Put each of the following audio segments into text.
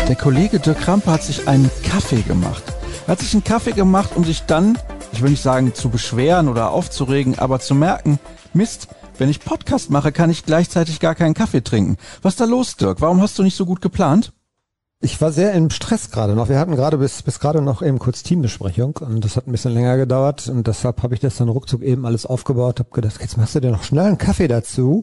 Der Kollege Dirk Krampe hat sich einen Kaffee gemacht. Er hat sich einen Kaffee gemacht, um sich dann, ich will nicht sagen zu beschweren oder aufzuregen, aber zu merken, Mist, wenn ich Podcast mache, kann ich gleichzeitig gar keinen Kaffee trinken. Was ist da los, Dirk? Warum hast du nicht so gut geplant? Ich war sehr im Stress gerade noch. Wir hatten gerade bis gerade noch eben kurz Teambesprechung und das hat ein bisschen länger gedauert und deshalb habe ich das dann ruckzuck eben alles aufgebaut, habe gedacht, jetzt machst du dir noch schnell einen Kaffee dazu.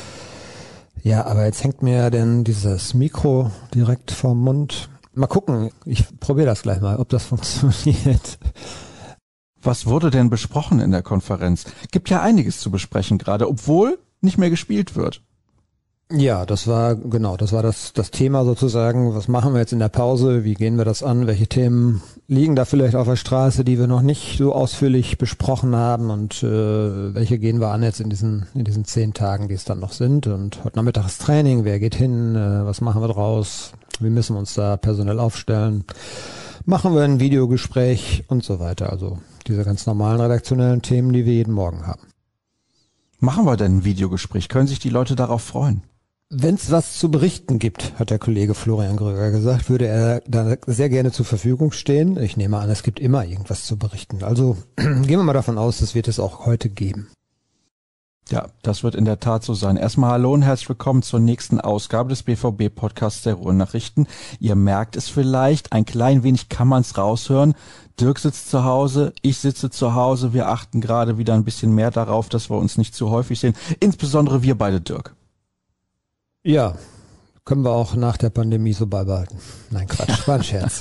Ja, aber jetzt hängt mir ja denn dieses Mikro direkt vorm Mund. Mal gucken, ich probiere das gleich mal, ob das funktioniert. Was wurde denn besprochen in der Konferenz? Gibt ja einiges zu besprechen gerade, obwohl nicht mehr gespielt wird. Ja, das war das Thema sozusagen. Was machen wir jetzt in der Pause? Wie gehen wir das an? Welche Themen liegen da vielleicht auf der Straße, die wir noch nicht so ausführlich besprochen haben? Und welche gehen wir an jetzt in diesen 10 Tagen, die es dann noch sind? Und heute Nachmittag ist Training. Wer geht hin? Was machen wir draus? Wie müssen wir uns da personell aufstellen? Machen wir ein Videogespräch und so weiter? Also diese ganz normalen redaktionellen Themen, die wir jeden Morgen haben. Machen wir denn ein Videogespräch? Können sich die Leute darauf freuen? Wenn es was zu berichten gibt, hat der Kollege Florian Gröger gesagt, würde er da sehr gerne zur Verfügung stehen. Ich nehme an, es gibt immer irgendwas zu berichten. Also gehen wir mal davon aus, das wird es auch heute geben. Ja, das wird in der Tat so sein. Erstmal hallo und herzlich willkommen zur nächsten Ausgabe des BVB-Podcasts der Ruhrnachrichten. Ihr merkt es vielleicht, ein klein wenig kann man es raushören. Dirk sitzt zu Hause, ich sitze zu Hause. Wir achten gerade wieder ein bisschen mehr darauf, dass wir uns nicht zu häufig sehen. Insbesondere wir beide, Dirk. Ja, können wir auch nach der Pandemie so beibehalten. Nein, Quatsch, war ein Scherz.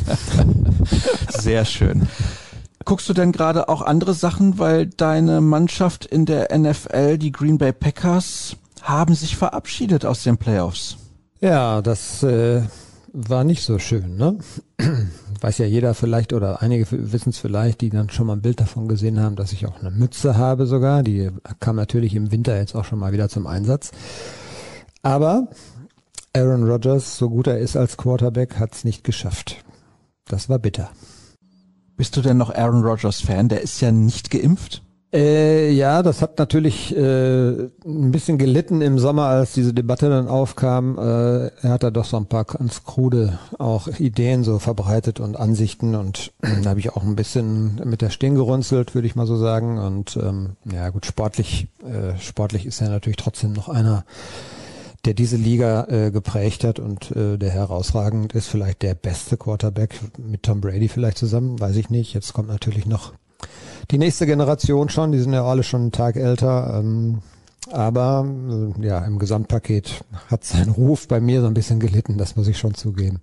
Sehr schön. Guckst du denn gerade auch andere Sachen, weil deine Mannschaft in der NFL, die Green Bay Packers, haben sich verabschiedet aus den Playoffs? Ja, das war nicht so schön, ne? Weiß ja jeder vielleicht oder einige wissen es vielleicht, die dann schon mal ein Bild davon gesehen haben, dass ich auch eine Mütze habe sogar. Die kam natürlich im Winter jetzt auch schon mal wieder zum Einsatz. Aber Aaron Rodgers, so gut er ist als Quarterback, hat es nicht geschafft. Das war bitter. Bist du denn noch Aaron Rodgers Fan? Der ist ja nicht geimpft. Ja, das hat natürlich ein bisschen gelitten im Sommer, als diese Debatte dann aufkam. Er hat da doch so ein paar ganz krude auch Ideen so verbreitet und Ansichten und da habe ich auch ein bisschen mit der Stirn gerunzelt, würde ich mal so sagen. Und ja gut, sportlich ist er natürlich trotzdem noch einer, der diese Liga geprägt hat und der herausragend ist, vielleicht der beste Quarterback mit Tom Brady vielleicht zusammen, weiß ich nicht. Jetzt kommt natürlich noch die nächste Generation schon, die sind ja alle schon einen Tag älter, aber ja, im Gesamtpaket hat sein Ruf bei mir so ein bisschen gelitten, das muss ich schon zugeben.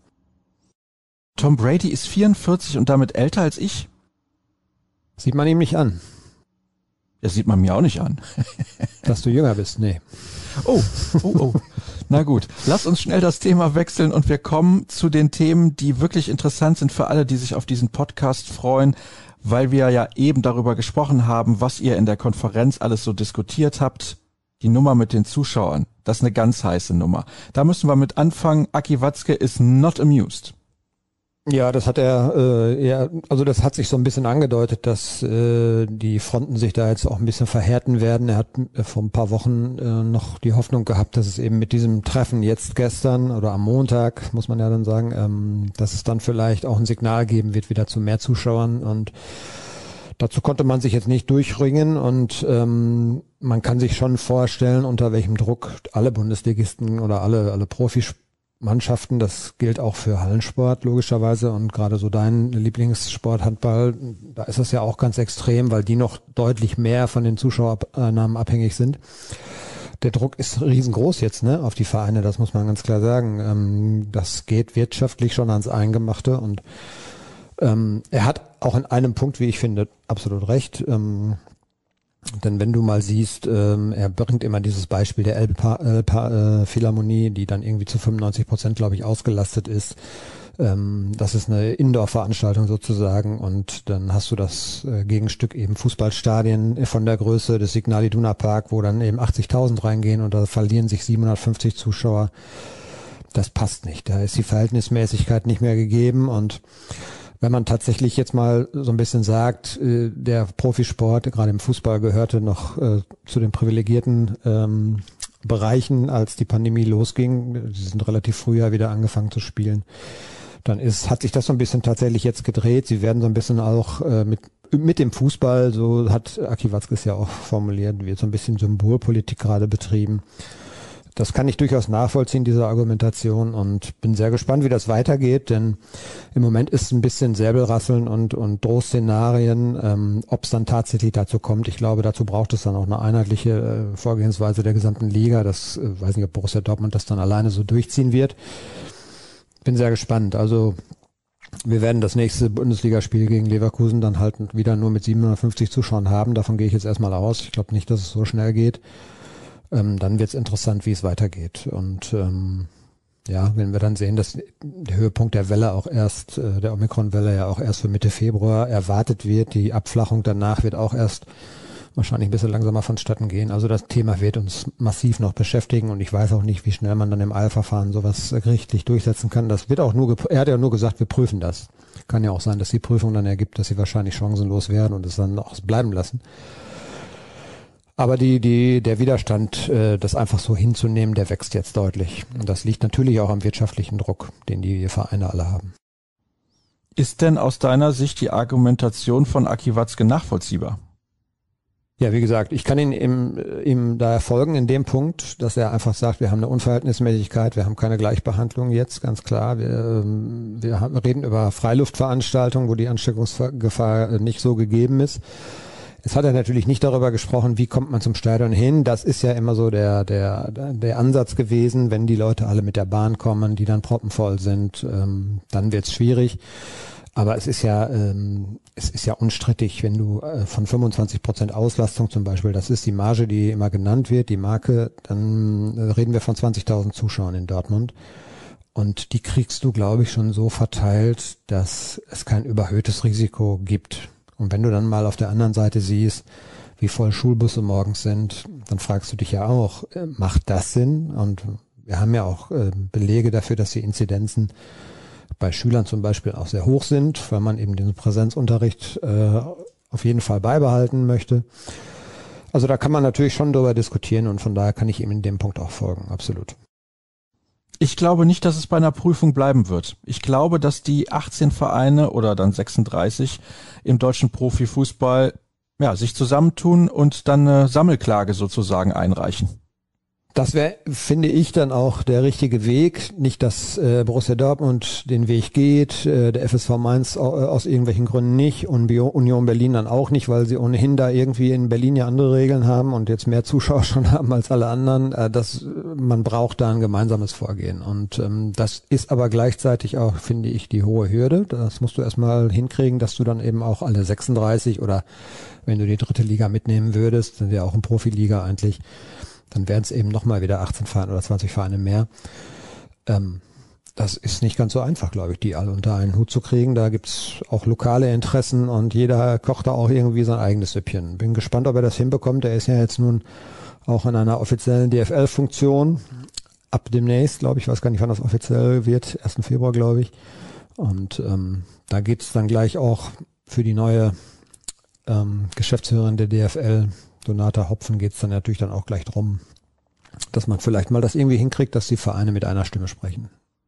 Tom Brady ist 44 und damit älter als ich? Sieht man ihm nicht an. Das sieht man mir auch nicht an. Dass du jünger bist, nee. Oh. Na gut, lass uns schnell das Thema wechseln und wir kommen zu den Themen, die wirklich interessant sind für alle, die sich auf diesen Podcast freuen, weil wir ja eben darüber gesprochen haben, was ihr in der Konferenz alles so diskutiert habt. Die Nummer mit den Zuschauern, das ist eine ganz heiße Nummer. Da müssen wir mit anfangen. Aki Watzke is not amused. Ja, das hat also das hat sich so ein bisschen angedeutet, dass die Fronten sich da jetzt auch ein bisschen verhärten werden. Er hat vor ein paar Wochen noch die Hoffnung gehabt, dass es eben mit diesem Treffen jetzt gestern oder am Montag, muss man ja dann sagen, dass es dann vielleicht auch ein Signal geben wird wieder zu mehr Zuschauern und dazu konnte man sich jetzt nicht durchringen und man kann sich schon vorstellen, unter welchem Druck alle Bundesligisten oder alle Mannschaften, das gilt auch für Hallensport logischerweise und gerade so dein Lieblingssport Handball, da ist es ja auch ganz extrem, weil die noch deutlich mehr von den Zuschauereinnahmen abhängig sind. Der Druck ist riesengroß jetzt, ne, auf die Vereine, das muss man ganz klar sagen. Das geht wirtschaftlich schon ans Eingemachte und er hat auch in einem Punkt, wie ich finde, absolut recht. Denn wenn du mal siehst, er bringt immer dieses Beispiel der Philharmonie, die dann irgendwie zu 95%, glaube ich, ausgelastet ist. Das ist eine Indoor-Veranstaltung sozusagen und dann hast du das Gegenstück eben Fußballstadien von der Größe des Signal Iduna Park, wo dann eben 80.000 reingehen und da verlieren sich 750 Zuschauer. Das passt nicht. Da ist die Verhältnismäßigkeit nicht mehr gegeben und wenn man tatsächlich jetzt mal so ein bisschen sagt, der Profisport, gerade im Fußball, gehörte noch zu den privilegierten Bereichen, als die Pandemie losging. Sie sind relativ früh ja wieder angefangen zu spielen. hat sich das so ein bisschen tatsächlich jetzt gedreht. Sie werden so ein bisschen auch mit dem Fußball, so hat Aki Watzke ja auch formuliert, wird so ein bisschen Symbolpolitik gerade betrieben. Das kann ich durchaus nachvollziehen, diese Argumentation, und bin sehr gespannt, wie das weitergeht, denn im Moment ist ein bisschen Säbelrasseln und Drohszenarien, ob es dann tatsächlich dazu kommt. Ich glaube, dazu braucht es dann auch eine einheitliche Vorgehensweise der gesamten Liga. Das weiß nicht, ob Borussia Dortmund das dann alleine so durchziehen wird. Bin sehr gespannt. Also wir werden das nächste Bundesligaspiel gegen Leverkusen dann halt wieder nur mit 750 Zuschauern haben. Davon gehe ich jetzt erstmal aus. Ich glaube nicht, dass es so schnell geht. Dann wird es interessant, wie es weitergeht. Und wenn wir dann sehen, dass der Höhepunkt der Welle auch erst, der Omikron-Welle ja auch erst für Mitte Februar erwartet wird, die Abflachung danach wird auch erst wahrscheinlich ein bisschen langsamer vonstatten gehen. Also das Thema wird uns massiv noch beschäftigen, und ich weiß auch nicht, wie schnell man dann im Eilverfahren sowas gerichtlich durchsetzen kann. Das wird auch er hat ja nur gesagt, wir prüfen das. Kann ja auch sein, dass die Prüfung dann ergibt, dass sie wahrscheinlich chancenlos werden und es dann auch bleiben lassen. Aber der Widerstand, das einfach so hinzunehmen, der wächst jetzt deutlich. Und das liegt natürlich auch am wirtschaftlichen Druck, den die Vereine alle haben. Ist denn aus deiner Sicht die Argumentation von Aki Watzke nachvollziehbar? Ja, wie gesagt, ich kann ihm da folgen in dem Punkt, dass er einfach sagt, wir haben eine Unverhältnismäßigkeit, wir haben keine Gleichbehandlung jetzt, ganz klar. Wir reden über Freiluftveranstaltungen, wo die Ansteckungsgefahr nicht so gegeben ist. Jetzt hat er natürlich nicht darüber gesprochen, wie kommt man zum Stadion hin. Das ist ja immer so der Ansatz gewesen, wenn die Leute alle mit der Bahn kommen, die dann proppenvoll sind, dann wird's schwierig. Aber es ist ja unstrittig, wenn du von 25% Auslastung zum Beispiel, das ist die Marge, die immer genannt wird, die Marke, dann reden wir von 20.000 Zuschauern in Dortmund. Und die kriegst du, glaube ich, schon so verteilt, dass es kein überhöhtes Risiko gibt. Und wenn du dann mal auf der anderen Seite siehst, wie voll Schulbusse morgens sind, dann fragst du dich ja auch, macht das Sinn? Und wir haben ja auch Belege dafür, dass die Inzidenzen bei Schülern zum Beispiel auch sehr hoch sind, weil man eben den Präsenzunterricht auf jeden Fall beibehalten möchte. Also da kann man natürlich schon darüber diskutieren, und von daher kann ich ihm in dem Punkt auch folgen, absolut. Ich glaube nicht, dass es bei einer Prüfung bleiben wird. Ich glaube, dass die 18 Vereine oder dann 36 im deutschen Profifußball sich zusammentun und dann eine Sammelklage sozusagen einreichen. Das wäre, finde ich, dann auch der richtige Weg. Nicht, dass Borussia Dortmund den Weg geht, der FSV Mainz aus irgendwelchen Gründen nicht und Union Berlin dann auch nicht, weil sie ohnehin da irgendwie in Berlin ja andere Regeln haben und jetzt mehr Zuschauer schon haben als alle anderen. Man braucht da ein gemeinsames Vorgehen. Und das ist aber gleichzeitig auch, finde ich, die hohe Hürde. Das musst du erstmal hinkriegen, dass du dann eben auch alle 36 oder wenn du die dritte Liga mitnehmen würdest, sind ja auch eine Profiliga eigentlich, dann wären es eben nochmal wieder 18 Vereine oder 20 Vereine mehr. Das ist nicht ganz so einfach, glaube ich, die alle unter einen Hut zu kriegen. Da gibt's auch lokale Interessen und jeder kocht da auch irgendwie sein eigenes Süppchen. Bin gespannt, ob er das hinbekommt. Er ist ja jetzt nun auch in einer offiziellen DFL-Funktion. Ab demnächst, glaube ich, weiß gar nicht, wann das offiziell wird. 1. Februar, glaube ich. Und da geht's dann gleich auch für die neue Geschäftsführerin der DFL, Donata Hopfen, geht es dann natürlich dann auch gleich drum, dass man vielleicht mal das irgendwie hinkriegt, dass die Vereine mit einer Stimme sprechen.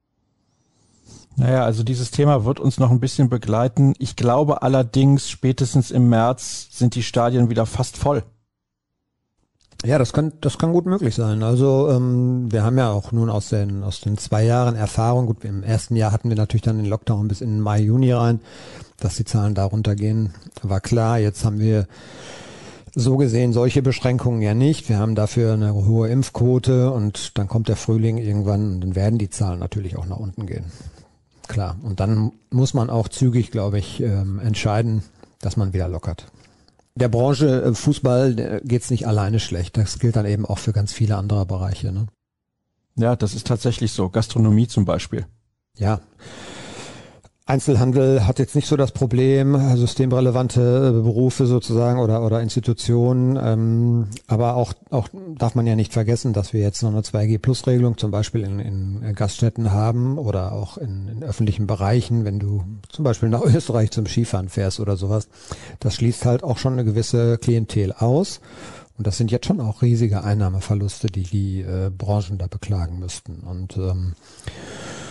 Naja, also dieses Thema wird uns noch ein bisschen begleiten. Ich glaube allerdings, spätestens im März sind die Stadien wieder fast voll. Ja, das kann gut möglich sein. Also wir haben ja auch nun aus den 2 Jahren Erfahrung, gut, im ersten Jahr hatten wir natürlich dann den Lockdown bis in Mai, Juni rein, dass die Zahlen da runtergehen, war klar. Jetzt haben wir so gesehen solche Beschränkungen ja nicht. Wir haben dafür eine hohe Impfquote und dann kommt der Frühling irgendwann und dann werden die Zahlen natürlich auch nach unten gehen. Klar. Und dann muss man auch zügig, glaube ich, entscheiden, dass man wieder lockert. Der Branche Fußball geht's nicht alleine schlecht. Das gilt dann eben auch für ganz viele andere Bereiche. Ne? Ja, das ist tatsächlich so. Gastronomie zum Beispiel. Ja. Einzelhandel hat jetzt nicht so das Problem, systemrelevante Berufe sozusagen oder Institutionen, aber auch darf man ja nicht vergessen, dass wir jetzt noch eine 2G-Plus-Regelung zum Beispiel in Gaststätten haben oder auch in öffentlichen Bereichen, wenn du zum Beispiel nach Österreich zum Skifahren fährst oder sowas. Das schließt halt auch schon eine gewisse Klientel aus. Und das sind jetzt schon auch riesige Einnahmeverluste, die Branchen da beklagen müssten. Und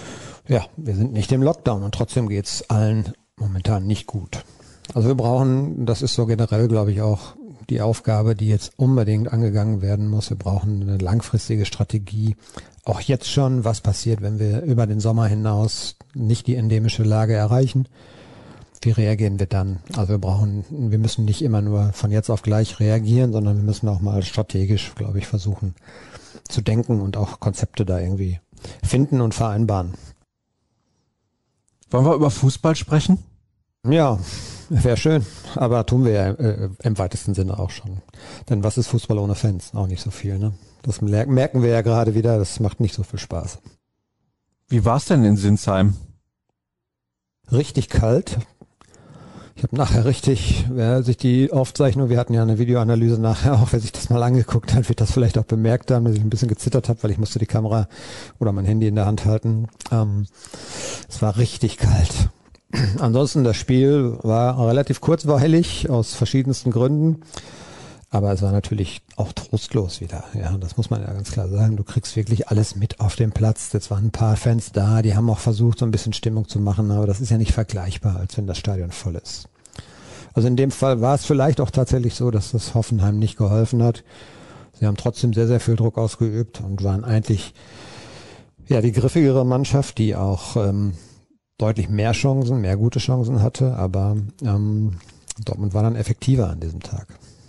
Ja, wir sind nicht im Lockdown und trotzdem geht's allen momentan nicht gut. Also wir brauchen, das ist so generell, glaube ich, auch die Aufgabe, die jetzt unbedingt angegangen werden muss. Wir brauchen eine langfristige Strategie. Auch jetzt schon, was passiert, wenn wir über den Sommer hinaus nicht die endemische Lage erreichen? Wie reagieren wir dann? Also wir müssen nicht immer nur von jetzt auf gleich reagieren, sondern wir müssen auch mal strategisch, glaube ich, versuchen zu denken und auch Konzepte da irgendwie finden und vereinbaren. Wollen wir über Fußball sprechen? Ja, wäre schön, aber tun wir ja im weitesten Sinne auch schon. Denn was ist Fußball ohne Fans? Auch nicht so viel, ne? Das merken wir ja gerade wieder, das macht nicht so viel Spaß. Wie war's denn in Sinsheim? Richtig kalt. Ich habe nachher wer sich die Aufzeichnung, wir hatten ja eine Videoanalyse nachher, auch wer sich das mal angeguckt hat, wird das vielleicht auch bemerkt haben, dass ich ein bisschen gezittert habe, weil ich musste die Kamera oder mein Handy in der Hand halten. Es war richtig kalt. Ansonsten, das Spiel war relativ kurzweilig aus verschiedensten Gründen, aber es war natürlich auch trostlos wieder. Ja, das muss man ja ganz klar sagen. Du kriegst wirklich alles mit auf dem Platz. Jetzt waren ein paar Fans da, die haben auch versucht, so ein bisschen Stimmung zu machen, aber das ist ja nicht vergleichbar, als wenn das Stadion voll ist. Also in dem Fall war es vielleicht auch tatsächlich so, dass das Hoffenheim nicht geholfen hat. Sie haben trotzdem sehr, sehr viel Druck ausgeübt und waren eigentlich ja die griffigere Mannschaft, die auch deutlich mehr gute Chancen hatte, aber Dortmund war dann effektiver an diesem Tag.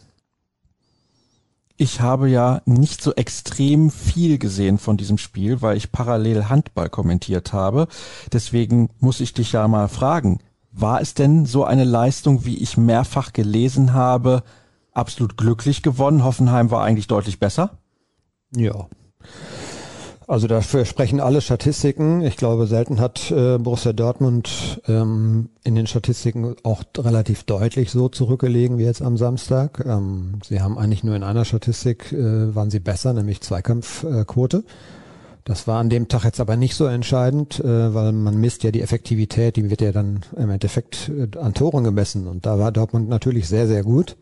Ich habe ja nicht so extrem viel gesehen von diesem Spiel, weil ich parallel Handball kommentiert habe. Deswegen muss ich dich ja mal fragen, war es denn so eine Leistung, wie ich mehrfach gelesen habe, absolut glücklich gewonnen? Hoffenheim war eigentlich deutlich besser? Ja. Also dafür sprechen alle Statistiken. Ich glaube, selten hat Borussia Dortmund in den Statistiken auch relativ deutlich so zurückgelegen wie jetzt am Samstag. Sie haben eigentlich nur in einer Statistik waren sie besser, nämlich Zweikampfquote. Das war an dem Tag jetzt aber nicht so entscheidend, weil man misst ja die Effektivität, die wird ja dann im Endeffekt an Toren gemessen. Und da war Dortmund natürlich sehr, sehr gut.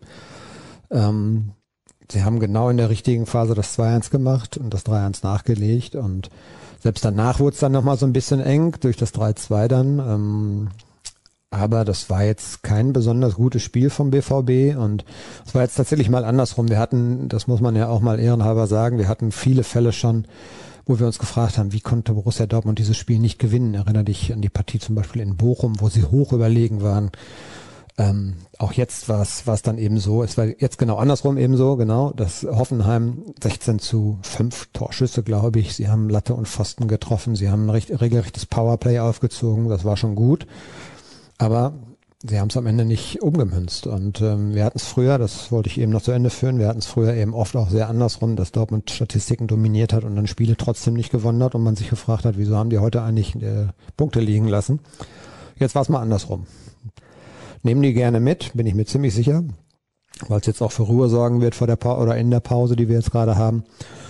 Sie haben genau in der richtigen Phase das 2-1 gemacht und das 3-1 nachgelegt und selbst danach wurde es dann nochmal so ein bisschen eng durch das 3-2 dann. Aber das war jetzt kein besonders gutes Spiel vom BVB und es war jetzt tatsächlich mal andersrum. Wir hatten, das muss man ja auch mal ehrenhalber sagen, wir hatten viele Fälle schon, wo wir uns gefragt haben, wie konnte Borussia Dortmund dieses Spiel nicht gewinnen? Erinnere dich an die Partie zum Beispiel in Bochum, wo sie hoch überlegen waren. Auch jetzt war es dann eben so, es war jetzt genau andersrum eben so, genau, dass Hoffenheim 16:5 Torschüsse, glaube ich, sie haben Latte und Pfosten getroffen, sie haben ein regelrechtes Powerplay aufgezogen, das war schon gut, aber sie haben es am Ende nicht umgemünzt und wir hatten es früher, das wollte ich eben noch zu Ende führen, wir hatten es früher eben oft auch sehr andersrum, dass Dortmund Statistiken dominiert hat und dann Spiele trotzdem nicht gewonnen hat und man sich gefragt hat, wieso haben die heute eigentlich Punkte liegen lassen. Jetzt war es mal andersrum. Nehmen die gerne mit, bin ich mir ziemlich sicher, weil es jetzt auch für Ruhe sorgen wird vor der oder in der Pause, die wir jetzt gerade haben.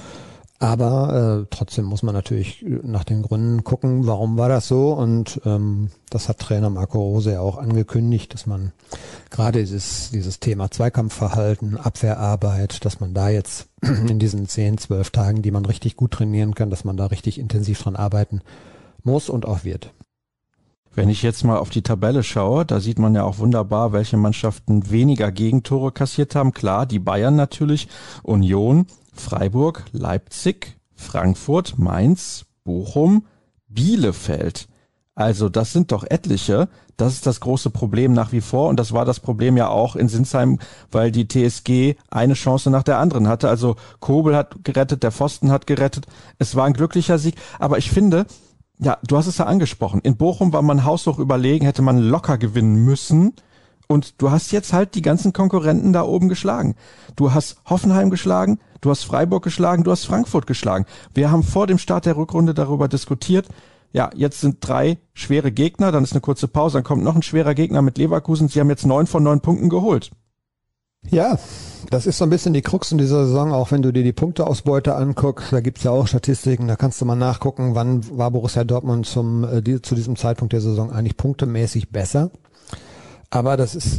Aber trotzdem muss man natürlich nach den Gründen gucken, warum war das so? Und das hat Trainer Marco Rose ja auch angekündigt, dass man gerade dieses Thema Zweikampfverhalten, Abwehrarbeit, dass man da jetzt in diesen 10, 12 Tagen, die man richtig gut trainieren kann, dass man da richtig intensiv dran arbeiten muss und auch wird. Wenn ich jetzt mal auf die Tabelle schaue, da sieht man ja auch wunderbar, welche Mannschaften weniger Gegentore kassiert haben. Klar, die Bayern natürlich, Union, Freiburg, Leipzig, Frankfurt, Mainz, Bochum, Bielefeld. Also das sind doch etliche. Das ist das große Problem nach wie vor und das war das Problem ja auch in Sinsheim, weil die TSG eine Chance nach der anderen hatte. Also Kobel hat gerettet, der Pfosten hat gerettet. Es war ein glücklicher Sieg, aber ich finde, ja, du hast es ja angesprochen. In Bochum war man haushoch überlegen, hätte man locker gewinnen müssen. Und du hast jetzt halt die ganzen Konkurrenten da oben geschlagen. Du hast Hoffenheim geschlagen, du hast Freiburg geschlagen, du hast Frankfurt geschlagen. Wir haben vor dem Start der Rückrunde darüber diskutiert. Ja, jetzt sind 3 schwere Gegner, dann ist eine kurze Pause, dann kommt noch ein schwerer Gegner mit Leverkusen. Sie haben jetzt 9 von 9 Punkten geholt. Ja, das ist so ein bisschen die Krux in dieser Saison, auch wenn du dir die Punkteausbeute anguckst, da gibt's ja auch Statistiken, da kannst du mal nachgucken, wann war Borussia Dortmund zu diesem Zeitpunkt der Saison eigentlich punktemäßig besser. Aber das ist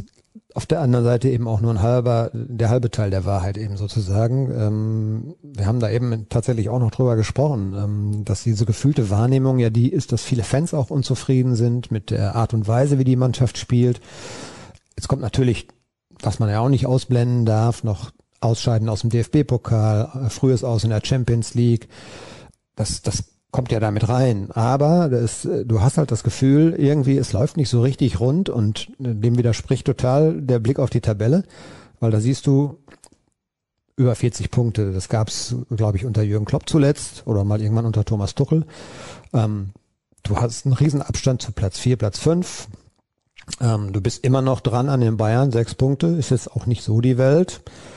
auf der anderen Seite eben auch nur der halbe Teil der Wahrheit eben sozusagen. Wir haben da eben tatsächlich auch noch drüber gesprochen, dass diese gefühlte Wahrnehmung ja die ist, dass viele Fans auch unzufrieden sind mit der Art und Weise, wie die Mannschaft spielt. Jetzt kommt natürlich, was man ja auch nicht ausblenden darf, noch Ausscheiden aus dem DFB-Pokal, frühes Aus in der Champions League. Das kommt ja damit rein. Aber du hast halt das Gefühl, irgendwie es läuft nicht so richtig rund und dem widerspricht total der Blick auf die Tabelle, weil da siehst du über 40 Punkte. Das gab's, glaube ich, unter Jürgen Klopp zuletzt oder mal irgendwann unter Thomas Tuchel. Du hast einen riesen Abstand zu Platz 4, Platz 5. Du bist immer noch dran an den Bayern, 6 Punkte, ist jetzt auch nicht so die Welt.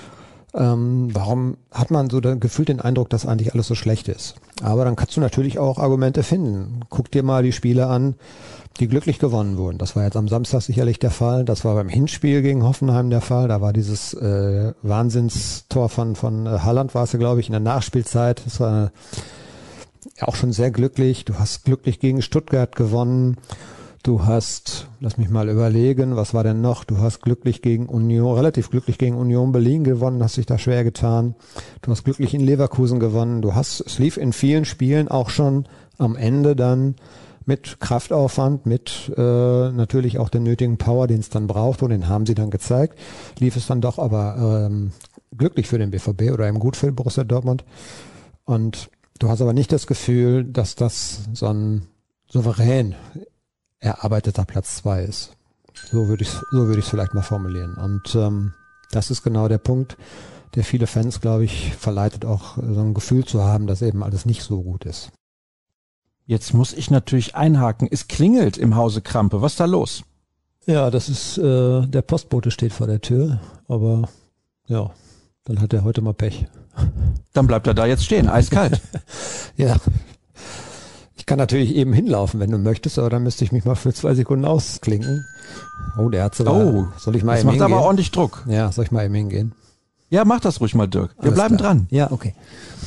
Warum hat man so gefühlt den Eindruck, dass eigentlich alles so schlecht ist? Aber dann kannst du natürlich auch Argumente finden. Guck dir mal die Spiele an, die glücklich gewonnen wurden. Das war jetzt am Samstag sicherlich der Fall. Das war beim Hinspiel gegen Hoffenheim der Fall. Da war dieses Wahnsinnstor von Haaland, war es ja, glaube ich, in der Nachspielzeit. Das war ja auch schon sehr glücklich. Du hast glücklich gegen Stuttgart gewonnen. Du hast, lass mich mal überlegen, was war denn noch? Du hast relativ glücklich gegen Union Berlin gewonnen, hast dich da schwer getan. Du hast glücklich in Leverkusen gewonnen. Es lief in vielen Spielen auch schon am Ende dann mit Kraftaufwand, mit natürlich auch den nötigen Power, den es dann braucht, und den haben sie dann gezeigt. Lief es dann doch aber glücklich für den BVB oder eben gut für Borussia Dortmund. Und du hast aber nicht das Gefühl, dass das so ein souverän erarbeiteter Platz 2 ist. So würde ich es vielleicht mal formulieren. Und das ist genau der Punkt, der viele Fans, glaube ich, verleitet, auch so ein Gefühl zu haben, dass eben alles nicht so gut ist. Jetzt muss ich natürlich einhaken. Es klingelt im Hause Krampe. Was ist da los? Ja, das ist, der Postbote steht vor der Tür, aber ja, dann hat er heute mal Pech. Dann bleibt er da jetzt stehen, eiskalt. Ja. Ich kann natürlich eben hinlaufen, wenn du möchtest, aber dann müsste ich mich mal für 2 Sekunden ausklinken. Oh, der hat's aber. Soll ich mal eben hingehen? Das macht aber ordentlich Druck. Ja, soll ich mal eben hingehen? Ja, mach das ruhig mal, Dirk. Wir bleiben dran. Ja, okay.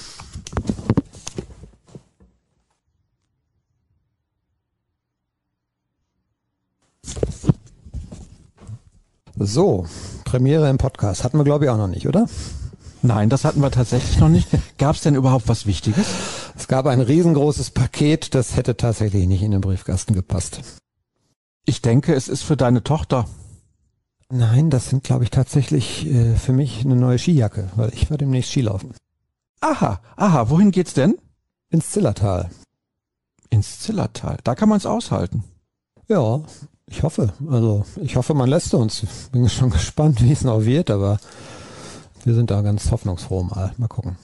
So, Premiere im Podcast. Hatten wir, glaube ich, auch noch nicht, oder? Nein, das hatten wir tatsächlich noch nicht. Gab es denn überhaupt was Wichtiges? Es gab ein riesengroßes Paket, das hätte tatsächlich nicht in den Briefkasten gepasst. Ich denke, es ist für deine Tochter. Nein, das sind, glaube ich, tatsächlich für mich eine neue Skijacke, weil ich war demnächst Skilaufen. Aha, wohin geht's denn? Ins Zillertal. Ins Zillertal, da kann man es aushalten. Ja, ich hoffe. Also ich hoffe, man lässt uns. Bin schon gespannt, wie es noch wird, aber wir sind da ganz hoffnungsfroh mal. Mal gucken.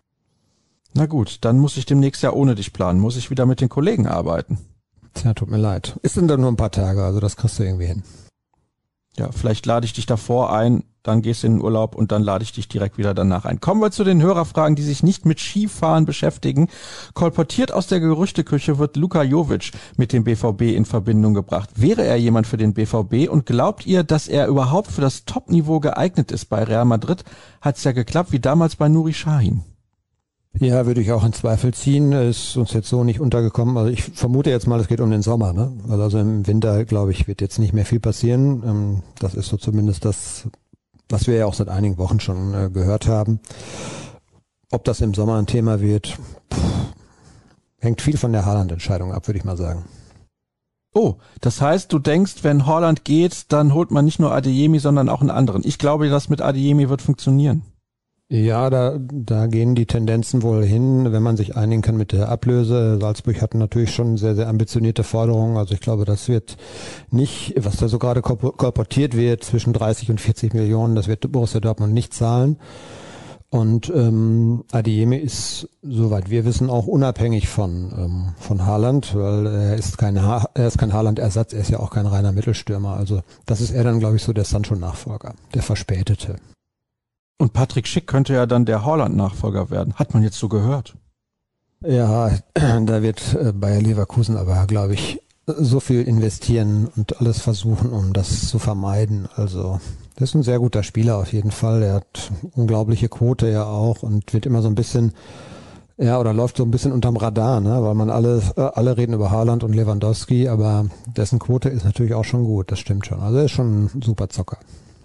Na gut, dann muss ich demnächst ja ohne dich planen. Muss ich wieder mit den Kollegen arbeiten. Tja, tut mir leid. Ist denn da nur ein paar Tage, also das kriegst du irgendwie hin. Ja, vielleicht lade ich dich davor ein, dann gehst du in den Urlaub und dann lade ich dich direkt wieder danach ein. Kommen wir zu den Hörerfragen, die sich nicht mit Skifahren beschäftigen. Kolportiert aus der Gerüchteküche wird Luka Jovic mit dem BVB in Verbindung gebracht. Wäre er jemand für den BVB und glaubt ihr, dass er überhaupt für das Top-Niveau geeignet ist? Bei Real Madrid hat es ja geklappt, wie damals bei Nuri Sahin. Ja, würde ich auch in Zweifel ziehen. Ist uns jetzt so nicht untergekommen. Also ich vermute jetzt mal, es geht um den Sommer, ne? Also im Winter, glaube ich, wird jetzt nicht mehr viel passieren. Das ist so zumindest das, was wir ja auch seit einigen Wochen schon gehört haben. Ob das im Sommer ein Thema wird, hängt viel von der Haaland-Entscheidung ab, würde ich mal sagen. Oh, das heißt, du denkst, wenn Haaland geht, dann holt man nicht nur Adeyemi, sondern auch einen anderen. Ich glaube, das mit Adeyemi wird funktionieren. Ja, da gehen die Tendenzen wohl hin, wenn man sich einigen kann mit der Ablöse. Salzburg hat natürlich schon sehr, sehr ambitionierte Forderungen. Also ich glaube, das wird nicht, was da so gerade kolportiert wird, zwischen 30 und 40 Millionen, das wird Borussia Dortmund nicht zahlen. Und Adeyemi ist, soweit wir wissen, auch unabhängig von Haaland, weil er ist kein Haaland-Ersatz, er ist ja auch kein reiner Mittelstürmer. Also das ist er dann, glaube ich, so der Sancho-Nachfolger, der Verspätete. Und Patrick Schick könnte ja dann der Haaland-Nachfolger werden. Hat man jetzt so gehört. Ja, da wird Bayer Leverkusen aber, glaube ich, so viel investieren und alles versuchen, um das zu vermeiden. Also das ist ein sehr guter Spieler auf jeden Fall. Er hat unglaubliche Quote ja auch und wird immer so ein bisschen, ja, oder läuft so ein bisschen unterm Radar, ne? Weil man alle reden über Haaland und Lewandowski, aber dessen Quote ist natürlich auch schon gut, das stimmt schon. Also er ist schon ein super Zocker.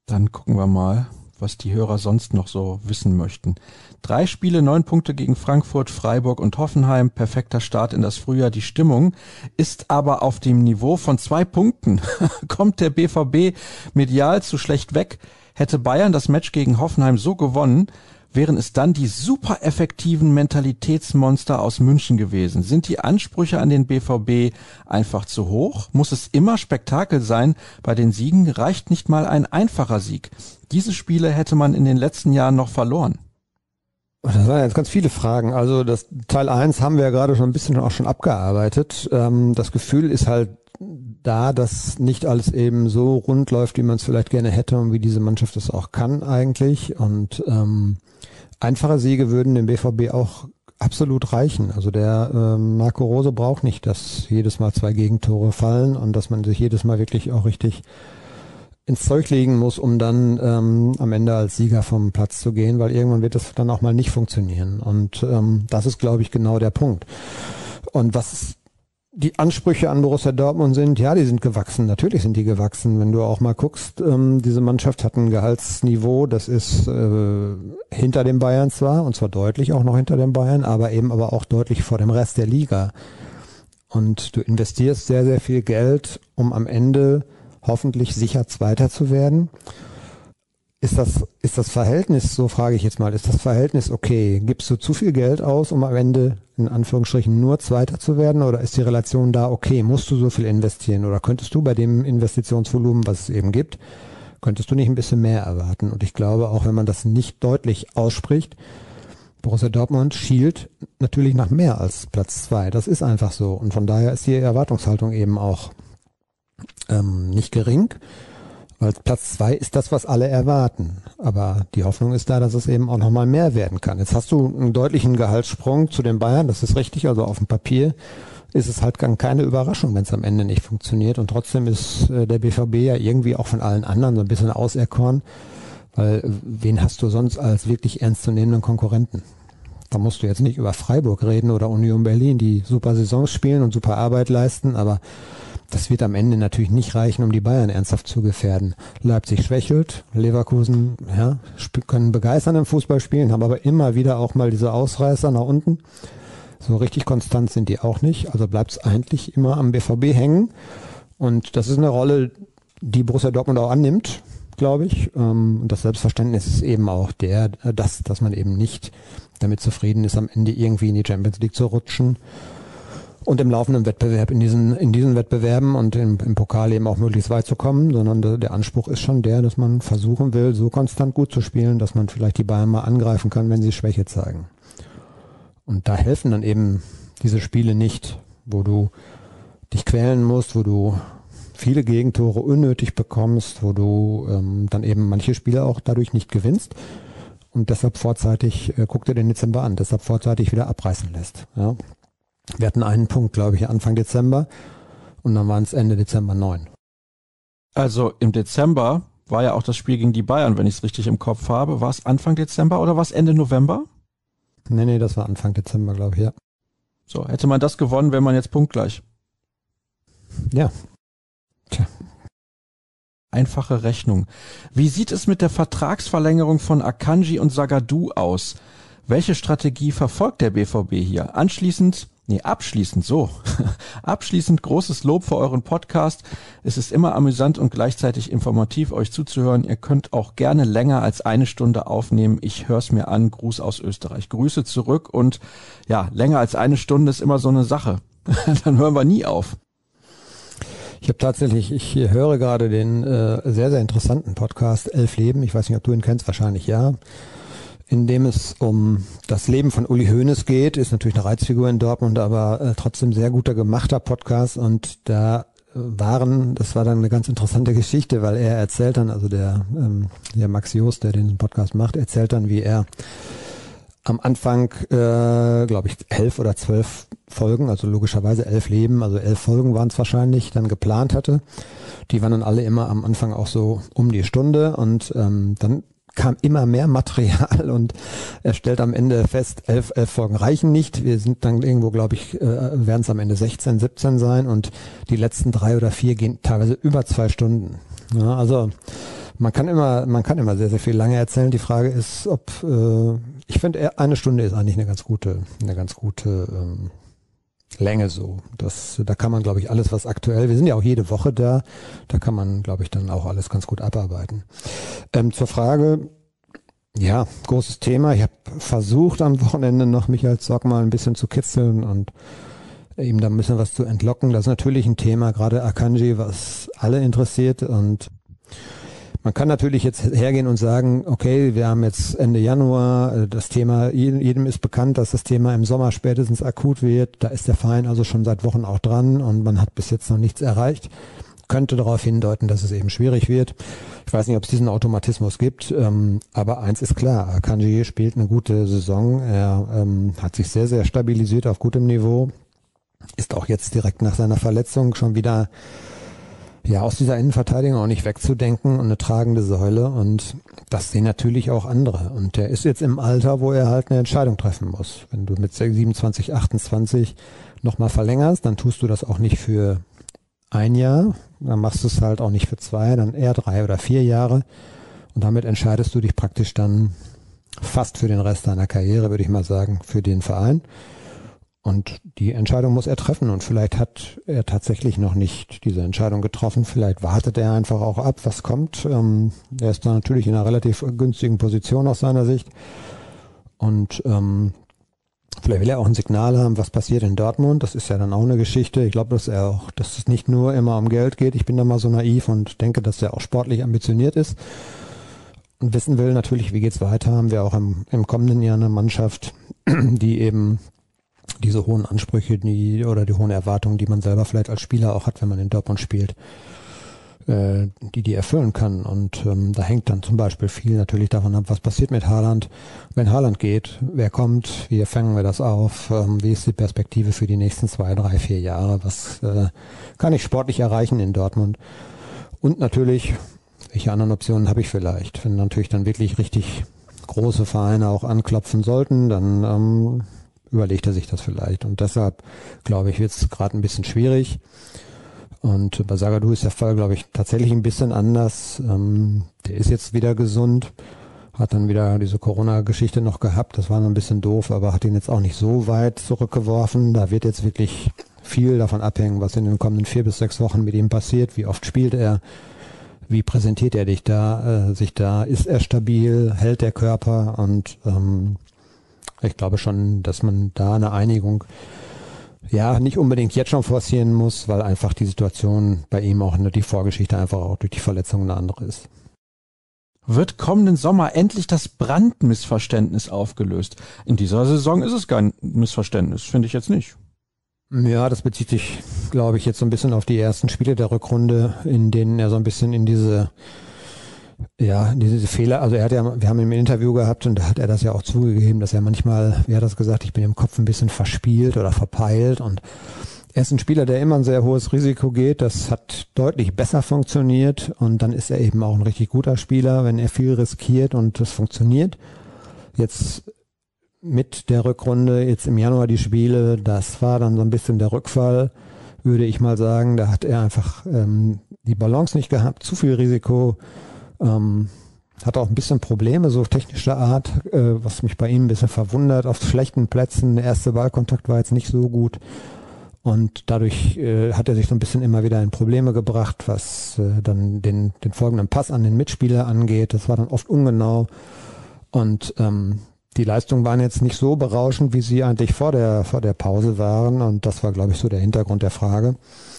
Dann gucken wir mal, was die Hörer sonst noch so wissen möchten. 3 Spiele, 9 Punkte gegen Frankfurt, Freiburg und Hoffenheim. Perfekter Start in das Frühjahr. Die Stimmung ist aber auf dem Niveau von 2 Punkten. Kommt der BVB medial zu schlecht weg? Hätte Bayern das Match gegen Hoffenheim so gewonnen, wären es dann die super effektiven Mentalitätsmonster aus München gewesen. Sind die Ansprüche an den BVB einfach zu hoch? Muss es immer Spektakel sein? Bei den Siegen reicht nicht mal ein einfacher Sieg. Diese Spiele hätte man in den letzten Jahren noch verloren. Das waren jetzt ganz viele Fragen. Also das Teil 1 haben wir ja gerade schon ein bisschen auch schon abgearbeitet. Das Gefühl ist halt da, dass nicht alles eben so rund läuft, wie man es vielleicht gerne hätte und wie diese Mannschaft es auch kann eigentlich. Und einfache Siege würden dem BVB auch absolut reichen. Also der Marco Rose braucht nicht, dass jedes Mal 2 Gegentore fallen und dass man sich jedes Mal wirklich auch richtig ins Zeug legen muss, um dann am Ende als Sieger vom Platz zu gehen, weil irgendwann wird das dann auch mal nicht funktionieren. Und das ist, glaube ich, genau der Punkt. Und was die Ansprüche an Borussia Dortmund sind, ja, die sind gewachsen. Natürlich sind die gewachsen. Wenn du auch mal guckst, diese Mannschaft hat ein Gehaltsniveau, das ist hinter den Bayern zwar, und zwar deutlich auch noch hinter den Bayern, aber auch deutlich vor dem Rest der Liga. Und du investierst sehr, sehr viel Geld, um am Ende hoffentlich sicher Zweiter zu werden. Ist das Verhältnis, so frage ich jetzt mal, ist das Verhältnis okay? Gibst du zu viel Geld aus, um am Ende in Anführungsstrichen nur Zweiter zu werden, oder ist die Relation da okay? Musst du so viel investieren, oder könntest du bei dem Investitionsvolumen, was es eben gibt, könntest du nicht ein bisschen mehr erwarten? Und ich glaube, auch wenn man das nicht deutlich ausspricht, Borussia Dortmund schielt natürlich nach mehr als Platz 2. Das ist einfach so. Und von daher ist die Erwartungshaltung eben auch nicht gering, weil Platz 2 ist das, was alle erwarten. Aber die Hoffnung ist da, dass es eben auch nochmal mehr werden kann. Jetzt hast du einen deutlichen Gehaltssprung zu den Bayern, das ist richtig, also auf dem Papier ist es halt keine Überraschung, wenn es am Ende nicht funktioniert. Und trotzdem ist der BVB ja irgendwie auch von allen anderen so ein bisschen auserkoren, weil wen hast du sonst als wirklich ernstzunehmenden Konkurrenten? Da musst du jetzt nicht über Freiburg reden oder Union Berlin, die super Saisons spielen und super Arbeit leisten, aber das wird am Ende natürlich nicht reichen, um die Bayern ernsthaft zu gefährden. Leipzig schwächelt, Leverkusen können begeistern im Fußball spielen, haben aber immer wieder auch mal diese Ausreißer nach unten. So richtig konstant sind die auch nicht, also bleibt es eigentlich immer am BVB hängen. Und das ist eine Rolle, die Borussia Dortmund auch annimmt, glaube ich. Und das Selbstverständnis ist eben auch dass man eben nicht damit zufrieden ist, am Ende irgendwie in die Champions League zu rutschen. Und im laufenden Wettbewerb, in diesen Wettbewerben und im Pokal eben auch möglichst weit zu kommen, sondern der Anspruch ist schon dass man versuchen will, so konstant gut zu spielen, dass man vielleicht die Bayern mal angreifen kann, wenn sie Schwäche zeigen. Und da helfen dann eben diese Spiele nicht, wo du dich quälen musst, wo du viele Gegentore unnötig bekommst, wo du dann eben manche Spiele auch dadurch nicht gewinnst und deshalb vorzeitig, guck dir den Dezember an, deshalb vorzeitig wieder abreißen lässt. Ja. Wir hatten einen Punkt, glaube ich, Anfang Dezember und dann waren es Ende Dezember 9. Also im Dezember war ja auch das Spiel gegen die Bayern, wenn ich es richtig im Kopf habe. War es Anfang Dezember oder war es Ende November? Nee, das war Anfang Dezember, glaube ich, ja. So, hätte man das gewonnen, wäre man jetzt punktgleich. Ja. Tja. Einfache Rechnung. Wie sieht es mit der Vertragsverlängerung von Akanji und Zagadou aus? Welche Strategie verfolgt der BVB hier? Abschließend großes Lob für euren Podcast. Es ist immer amüsant und gleichzeitig informativ, euch zuzuhören. Ihr könnt auch gerne länger als 1 Stunde aufnehmen. Ich höre es mir an. Gruß aus Österreich. Grüße zurück und ja, länger als 1 Stunde ist immer so eine Sache. Dann hören wir nie auf. Ich höre gerade den sehr, sehr interessanten Podcast 11 Leben. Ich weiß nicht, ob du ihn kennst, wahrscheinlich ja. In dem es um das Leben von Uli Hoeneß geht, ist natürlich eine Reizfigur in Dortmund, aber trotzdem sehr guter gemachter Podcast und das war dann eine ganz interessante Geschichte, weil er erzählt dann, also der Max Jost, der den Podcast macht, erzählt dann, wie er am Anfang, glaube ich, 11 oder 12 Folgen, also logischerweise 11 Leben, also 11 Folgen waren es wahrscheinlich, dann geplant hatte. Die waren dann alle immer am Anfang auch so um die Stunde und dann kam immer mehr Material und er stellt am Ende fest, 11 Folgen reichen nicht. Wir sind dann irgendwo, glaube ich, werden es am Ende 16, 17 sein und die letzten 3 oder 4 gehen teilweise über 2 Stunden. Ja, also Man kann immer sehr, sehr viel lange erzählen. Die Frage ist, ich finde, eine Stunde ist eigentlich eine ganz gute Länge so. Da kann man, glaube ich, alles, was aktuell, wir sind ja auch jede Woche da kann man, glaube ich, dann auch alles ganz gut abarbeiten. Zur Frage, ja, großes Thema. Ich habe versucht am Wochenende noch Michael Zorc mal ein bisschen zu kitzeln und ihm da ein bisschen was zu entlocken. Das ist natürlich ein Thema, gerade Akanji, was alle interessiert, und man kann natürlich jetzt hergehen und sagen, okay, wir haben jetzt Ende Januar, das Thema, jedem ist bekannt, dass das Thema im Sommer spätestens akut wird. Da ist der Verein also schon seit Wochen auch dran und man hat bis jetzt noch nichts erreicht. Könnte darauf hindeuten, dass es eben schwierig wird. Ich weiß nicht, ob es diesen Automatismus gibt, aber eins ist klar, Akanji spielt eine gute Saison. Er hat sich sehr, sehr stabilisiert auf gutem Niveau, ist auch jetzt direkt nach seiner Verletzung schon wieder aus dieser Innenverteidigung auch nicht wegzudenken und eine tragende Säule, und das sehen natürlich auch andere. Und der ist jetzt im Alter, wo er halt eine Entscheidung treffen muss. Wenn du mit 27, 28 nochmal verlängerst, dann tust du das auch nicht für ein Jahr, dann machst du es halt auch nicht für 2, dann eher 3 oder 4 Jahre, und damit entscheidest du dich praktisch dann fast für den Rest deiner Karriere, würde ich mal sagen, für den Verein. Und die Entscheidung muss er treffen, und vielleicht hat er tatsächlich noch nicht diese Entscheidung getroffen. Vielleicht wartet er einfach auch ab, was kommt. Er ist da natürlich in einer relativ günstigen Position aus seiner Sicht. Und vielleicht will er auch ein Signal haben, was passiert in Dortmund. Das ist ja dann auch eine Geschichte. Ich glaube, dass es nicht nur immer um Geld geht. Ich bin da mal so naiv und denke, dass er auch sportlich ambitioniert ist und wissen will natürlich, wie geht's weiter. Haben wir auch im kommenden Jahr eine Mannschaft, die eben diese hohen Ansprüche, die hohen Erwartungen, die man selber vielleicht als Spieler auch hat, wenn man in Dortmund spielt, die erfüllen kann. Und da hängt dann zum Beispiel viel natürlich davon ab, was passiert mit Haaland. Wenn Haaland geht, wer kommt, wie fangen wir das auf, wie ist die Perspektive für die nächsten 2, 3, 4 Jahre, was kann ich sportlich erreichen in Dortmund. Und natürlich, welche anderen Optionen habe ich vielleicht? Wenn natürlich dann wirklich richtig große Vereine auch anklopfen sollten, dann überlegt er sich das vielleicht. Und deshalb, glaube ich, wird es gerade ein bisschen schwierig. Und bei Zagadou ist der Fall, glaube ich, tatsächlich ein bisschen anders. Der ist jetzt wieder gesund, hat dann wieder diese Corona-Geschichte noch gehabt. Das war noch ein bisschen doof, aber hat ihn jetzt auch nicht so weit zurückgeworfen. Da wird jetzt wirklich viel davon abhängen, was in den kommenden 4 bis 6 Wochen mit ihm passiert. Wie oft spielt er? Wie präsentiert er sich da? Ist er stabil? Hält der Körper? Und ich glaube schon, dass man da eine Einigung nicht unbedingt jetzt schon forcieren muss, weil einfach die Situation bei ihm auch die Vorgeschichte einfach auch durch die Verletzung eine andere ist. Wird kommenden Sommer endlich das Brandt-Missverständnis aufgelöst? In dieser Saison ist es kein Missverständnis, finde ich jetzt nicht. Ja, das bezieht sich, glaube ich, jetzt so ein bisschen auf die ersten Spiele der Rückrunde, in denen er so ein bisschen in diese Fehler, also wir haben ihn im Interview gehabt und da hat er das ja auch zugegeben, dass er manchmal, wie hat er das gesagt, ich bin im Kopf ein bisschen verspielt oder verpeilt, und er ist ein Spieler, der immer ein sehr hohes Risiko geht. Das hat deutlich besser funktioniert, und dann ist er eben auch ein richtig guter Spieler, wenn er viel riskiert und das funktioniert. Jetzt mit der Rückrunde, jetzt im Januar die Spiele, das war dann so ein bisschen der Rückfall, würde ich mal sagen. Da hat er einfach die Balance nicht gehabt, zu viel Risiko. Hat auch ein bisschen Probleme, so technischer Art, was mich bei ihm ein bisschen verwundert. Auf schlechten Plätzen, der erste Ballkontakt war jetzt nicht so gut. Und dadurch hat er sich so ein bisschen immer wieder in Probleme gebracht, was dann den folgenden Pass an den Mitspieler angeht. Das war dann oft ungenau. Und die Leistungen waren jetzt nicht so berauschend, wie sie eigentlich vor der Pause waren. Und das war, glaube ich, so der Hintergrund der Frage.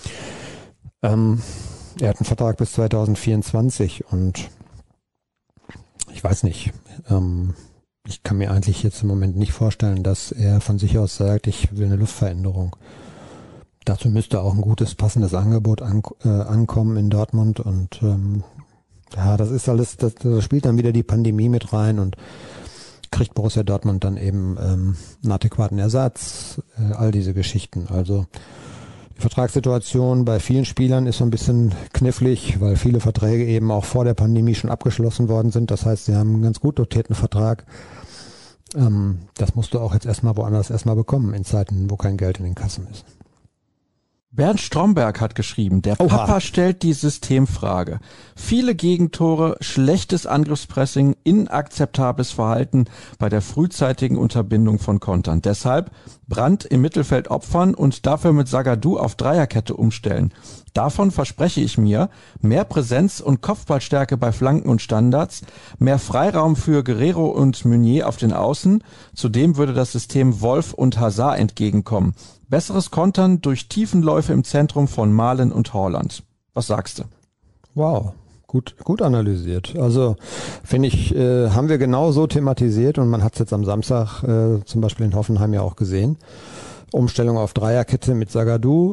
Er hat einen Vertrag bis 2024 und ich weiß nicht, ich kann mir eigentlich jetzt im Moment nicht vorstellen, dass er von sich aus sagt, ich will eine Luftveränderung. Dazu müsste auch ein gutes, passendes Angebot ankommen in Dortmund, und das ist alles, das spielt dann wieder die Pandemie mit rein, und kriegt Borussia Dortmund dann eben einen adäquaten Ersatz, all diese Geschichten. Also die Vertragssituation bei vielen Spielern ist so ein bisschen knifflig, weil viele Verträge eben auch vor der Pandemie schon abgeschlossen worden sind. Das heißt, sie haben einen ganz gut dotierten Vertrag. Das musst du auch jetzt woanders erstmal bekommen, in Zeiten, wo kein Geld in den Kassen ist. Bernd Stromberg hat geschrieben, der Papa stellt die Systemfrage. Viele Gegentore, schlechtes Angriffspressing, inakzeptables Verhalten bei der frühzeitigen Unterbindung von Kontern. Deshalb Brandt im Mittelfeld opfern und dafür mit Zagadou auf Dreierkette umstellen. Davon verspreche ich mir mehr Präsenz und Kopfballstärke bei Flanken und Standards, mehr Freiraum für Guerrero und Meunier auf den Außen. Zudem würde das System Wolf und Hazard entgegenkommen. Besseres Kontern durch Tiefenläufe im Zentrum von Malen und Haaland. Was sagst du? Wow, gut analysiert. Also finde ich, haben wir genau so thematisiert und man hat es jetzt am Samstag zum Beispiel in Hoffenheim ja auch gesehen. Umstellung auf Dreierkette mit Zagadou.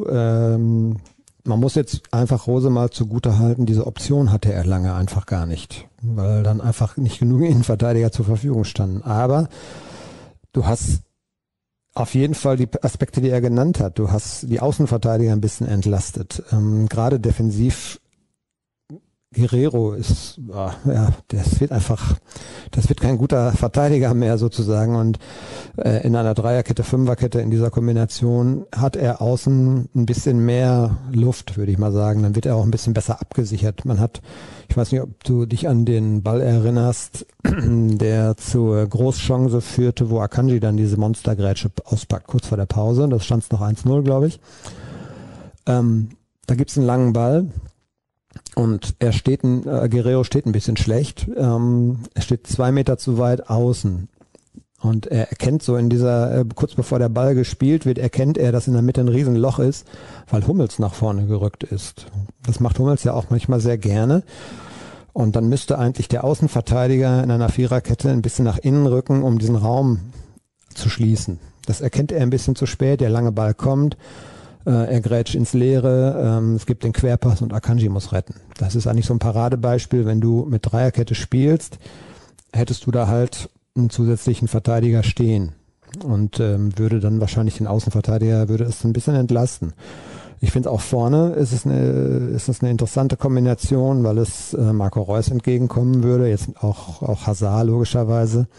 Man muss jetzt einfach Rose mal zugute halten, diese Option hatte er lange einfach gar nicht, weil dann einfach nicht genug Innenverteidiger zur Verfügung standen. Aber du hast auf jeden Fall die Aspekte, die er genannt hat. Du hast die Außenverteidiger ein bisschen entlastet. Gerade defensiv Guerrero ist, das wird kein guter Verteidiger mehr sozusagen und in einer Dreierkette, Fünferkette in dieser Kombination hat er außen ein bisschen mehr Luft, würde ich mal sagen. Dann wird er auch ein bisschen besser abgesichert. Ich weiß nicht, ob du dich an den Ball erinnerst, der zur Großchance führte, wo Akanji dann diese Monstergrätsche auspackt, kurz vor der Pause. Das stand es noch 1-0, glaube ich. Da gibt's einen langen Ball. Und Guerrero steht ein bisschen schlecht. Er steht 2 Meter zu weit außen. Und er erkennt so in dieser, kurz bevor der Ball gespielt wird, erkennt er, dass in der Mitte ein Riesenloch ist, weil Hummels nach vorne gerückt ist. Das macht Hummels ja auch manchmal sehr gerne. Und dann müsste eigentlich der Außenverteidiger in einer Viererkette ein bisschen nach innen rücken, um diesen Raum zu schließen. Das erkennt er ein bisschen zu spät, der lange Ball kommt. Er grätscht ins Leere, es gibt den Querpass und Akanji muss retten. Das ist eigentlich so ein Paradebeispiel, wenn du mit Dreierkette spielst, hättest du da halt einen zusätzlichen Verteidiger stehen und würde dann wahrscheinlich den Außenverteidiger, würde es ein bisschen entlasten. Ich finde auch vorne ist es eine interessante Kombination, weil es Marco Reus entgegenkommen würde, jetzt auch Hazard logischerweise.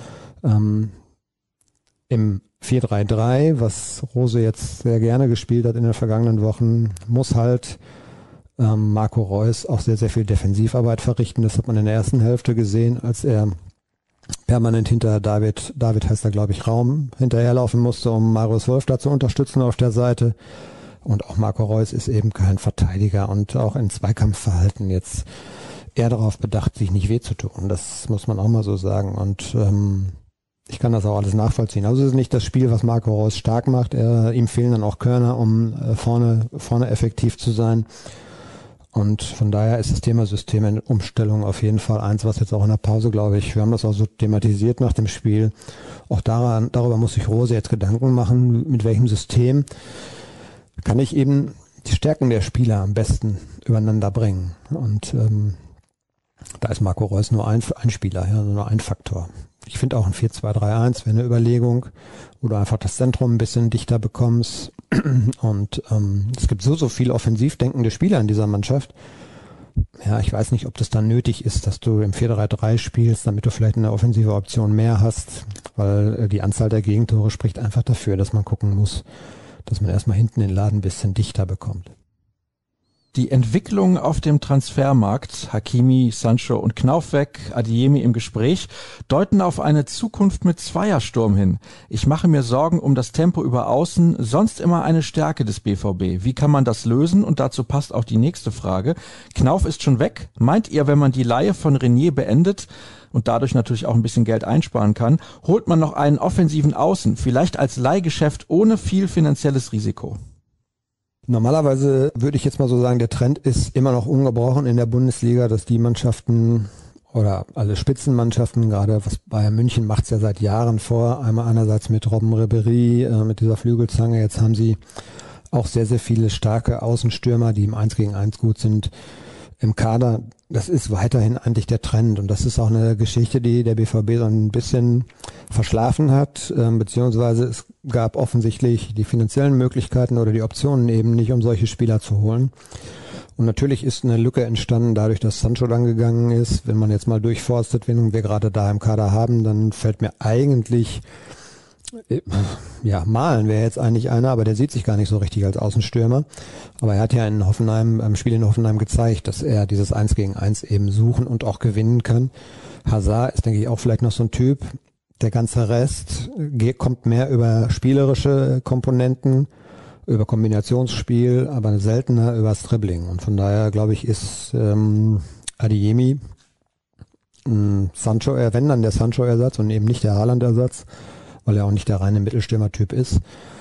Im 4-3-3, was Rose jetzt sehr gerne gespielt hat in den vergangenen Wochen, muss halt Marco Reus auch sehr, sehr viel Defensivarbeit verrichten. Das hat man in der ersten Hälfte gesehen, als er permanent hinter David heißt er, glaube ich, Raum hinterherlaufen musste, um Marius Wolf da zu unterstützen auf der Seite. Und auch Marco Reus ist eben kein Verteidiger und auch in Zweikampfverhalten jetzt eher darauf bedacht, sich nicht weh zu tun. Das muss man auch mal so sagen. Und ich kann das auch alles nachvollziehen. Also es ist nicht das Spiel, was Marco Reus stark macht. Ihm fehlen dann auch Körner, um vorne effektiv zu sein. Und von daher ist das Thema Systemumstellung auf jeden Fall eins, was jetzt auch in der Pause, glaube ich, wir haben das auch so thematisiert nach dem Spiel. Auch darüber muss sich Rose jetzt Gedanken machen, mit welchem System kann ich eben die Stärken der Spieler am besten übereinander bringen. Und da ist Marco Reus nur ein Spieler, ja, nur ein Faktor. Ich finde auch ein 4-2-3-1 wäre eine Überlegung, wo du einfach das Zentrum ein bisschen dichter bekommst. Und es gibt so viele offensiv denkende Spieler in dieser Mannschaft. Ja, ich weiß nicht, ob das dann nötig ist, dass du im 4-3-3 spielst, damit du vielleicht eine offensive Option mehr hast, weil die Anzahl der Gegentore spricht einfach dafür, dass man gucken muss, dass man erstmal hinten den Laden ein bisschen dichter bekommt. Die Entwicklung auf dem Transfermarkt, Hakimi, Sancho und Knauf weg, Adeyemi im Gespräch, deuten auf eine Zukunft mit Zweiersturm hin. Ich mache mir Sorgen um das Tempo über Außen, sonst immer eine Stärke des BVB. Wie kann man das lösen? Und dazu passt auch die nächste Frage. Knauf ist schon weg. Meint ihr, wenn man die Leihe von Renier beendet und dadurch natürlich auch ein bisschen Geld einsparen kann, holt man noch einen offensiven Außen, vielleicht als Leihgeschäft ohne viel finanzielles Risiko? Normalerweise würde ich jetzt mal so sagen, der Trend ist immer noch ungebrochen in der Bundesliga, dass die Mannschaften oder alle Spitzenmannschaften, gerade was Bayern München macht es ja seit Jahren vor, einmal einerseits mit Robben Ribéry, mit dieser Flügelzange, jetzt haben sie auch sehr, sehr viele starke Außenstürmer, die im 1 gegen 1 gut sind im Kader. Das ist weiterhin eigentlich der Trend und das ist auch eine Geschichte, die der BVB so ein bisschen verschlafen hat, beziehungsweise es gab offensichtlich die finanziellen Möglichkeiten oder die Optionen eben nicht, um solche Spieler zu holen. Und natürlich ist eine Lücke entstanden dadurch, dass Sancho dann gegangen ist. Wenn man jetzt mal durchforstet, wen wir gerade da im Kader haben, dann fällt mir eigentlich Ja, Malen wäre jetzt eigentlich einer, aber der sieht sich gar nicht so richtig als Außenstürmer. Aber er hat ja in Hoffenheim, am Spiel in Hoffenheim gezeigt, dass er dieses 1 gegen 1 eben suchen und auch gewinnen kann. Hazard ist, denke ich, auch vielleicht noch so ein Typ. Der ganze Rest kommt mehr über spielerische Komponenten, über Kombinationsspiel, aber seltener über das Dribbling. Und von daher, glaube ich, ist Adeyemi Sancho, wenn dann der Sancho-Ersatz und eben nicht der Haaland-Ersatz, weil er auch nicht der reine Mittelstürmer-Typ ist.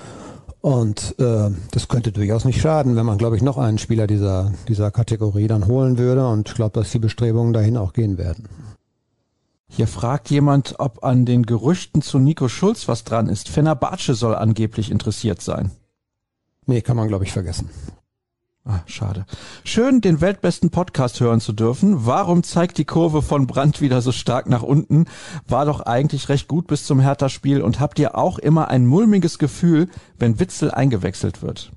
Und das könnte durchaus nicht schaden, wenn man, glaube ich, noch einen Spieler dieser Kategorie dann holen würde. Und ich glaube, dass die Bestrebungen dahin auch gehen werden. Hier fragt jemand, ob an den Gerüchten zu Nico Schulz was dran ist. Fenerbahce soll angeblich interessiert sein. Nee, kann man, glaube ich, vergessen. Ah, schade. Schön, den weltbesten Podcast hören zu dürfen. Warum zeigt die Kurve von Brandt wieder so stark nach unten? War doch eigentlich recht gut bis zum Hertha-Spiel. Und habt ihr auch immer ein mulmiges Gefühl, wenn Witsel eingewechselt wird?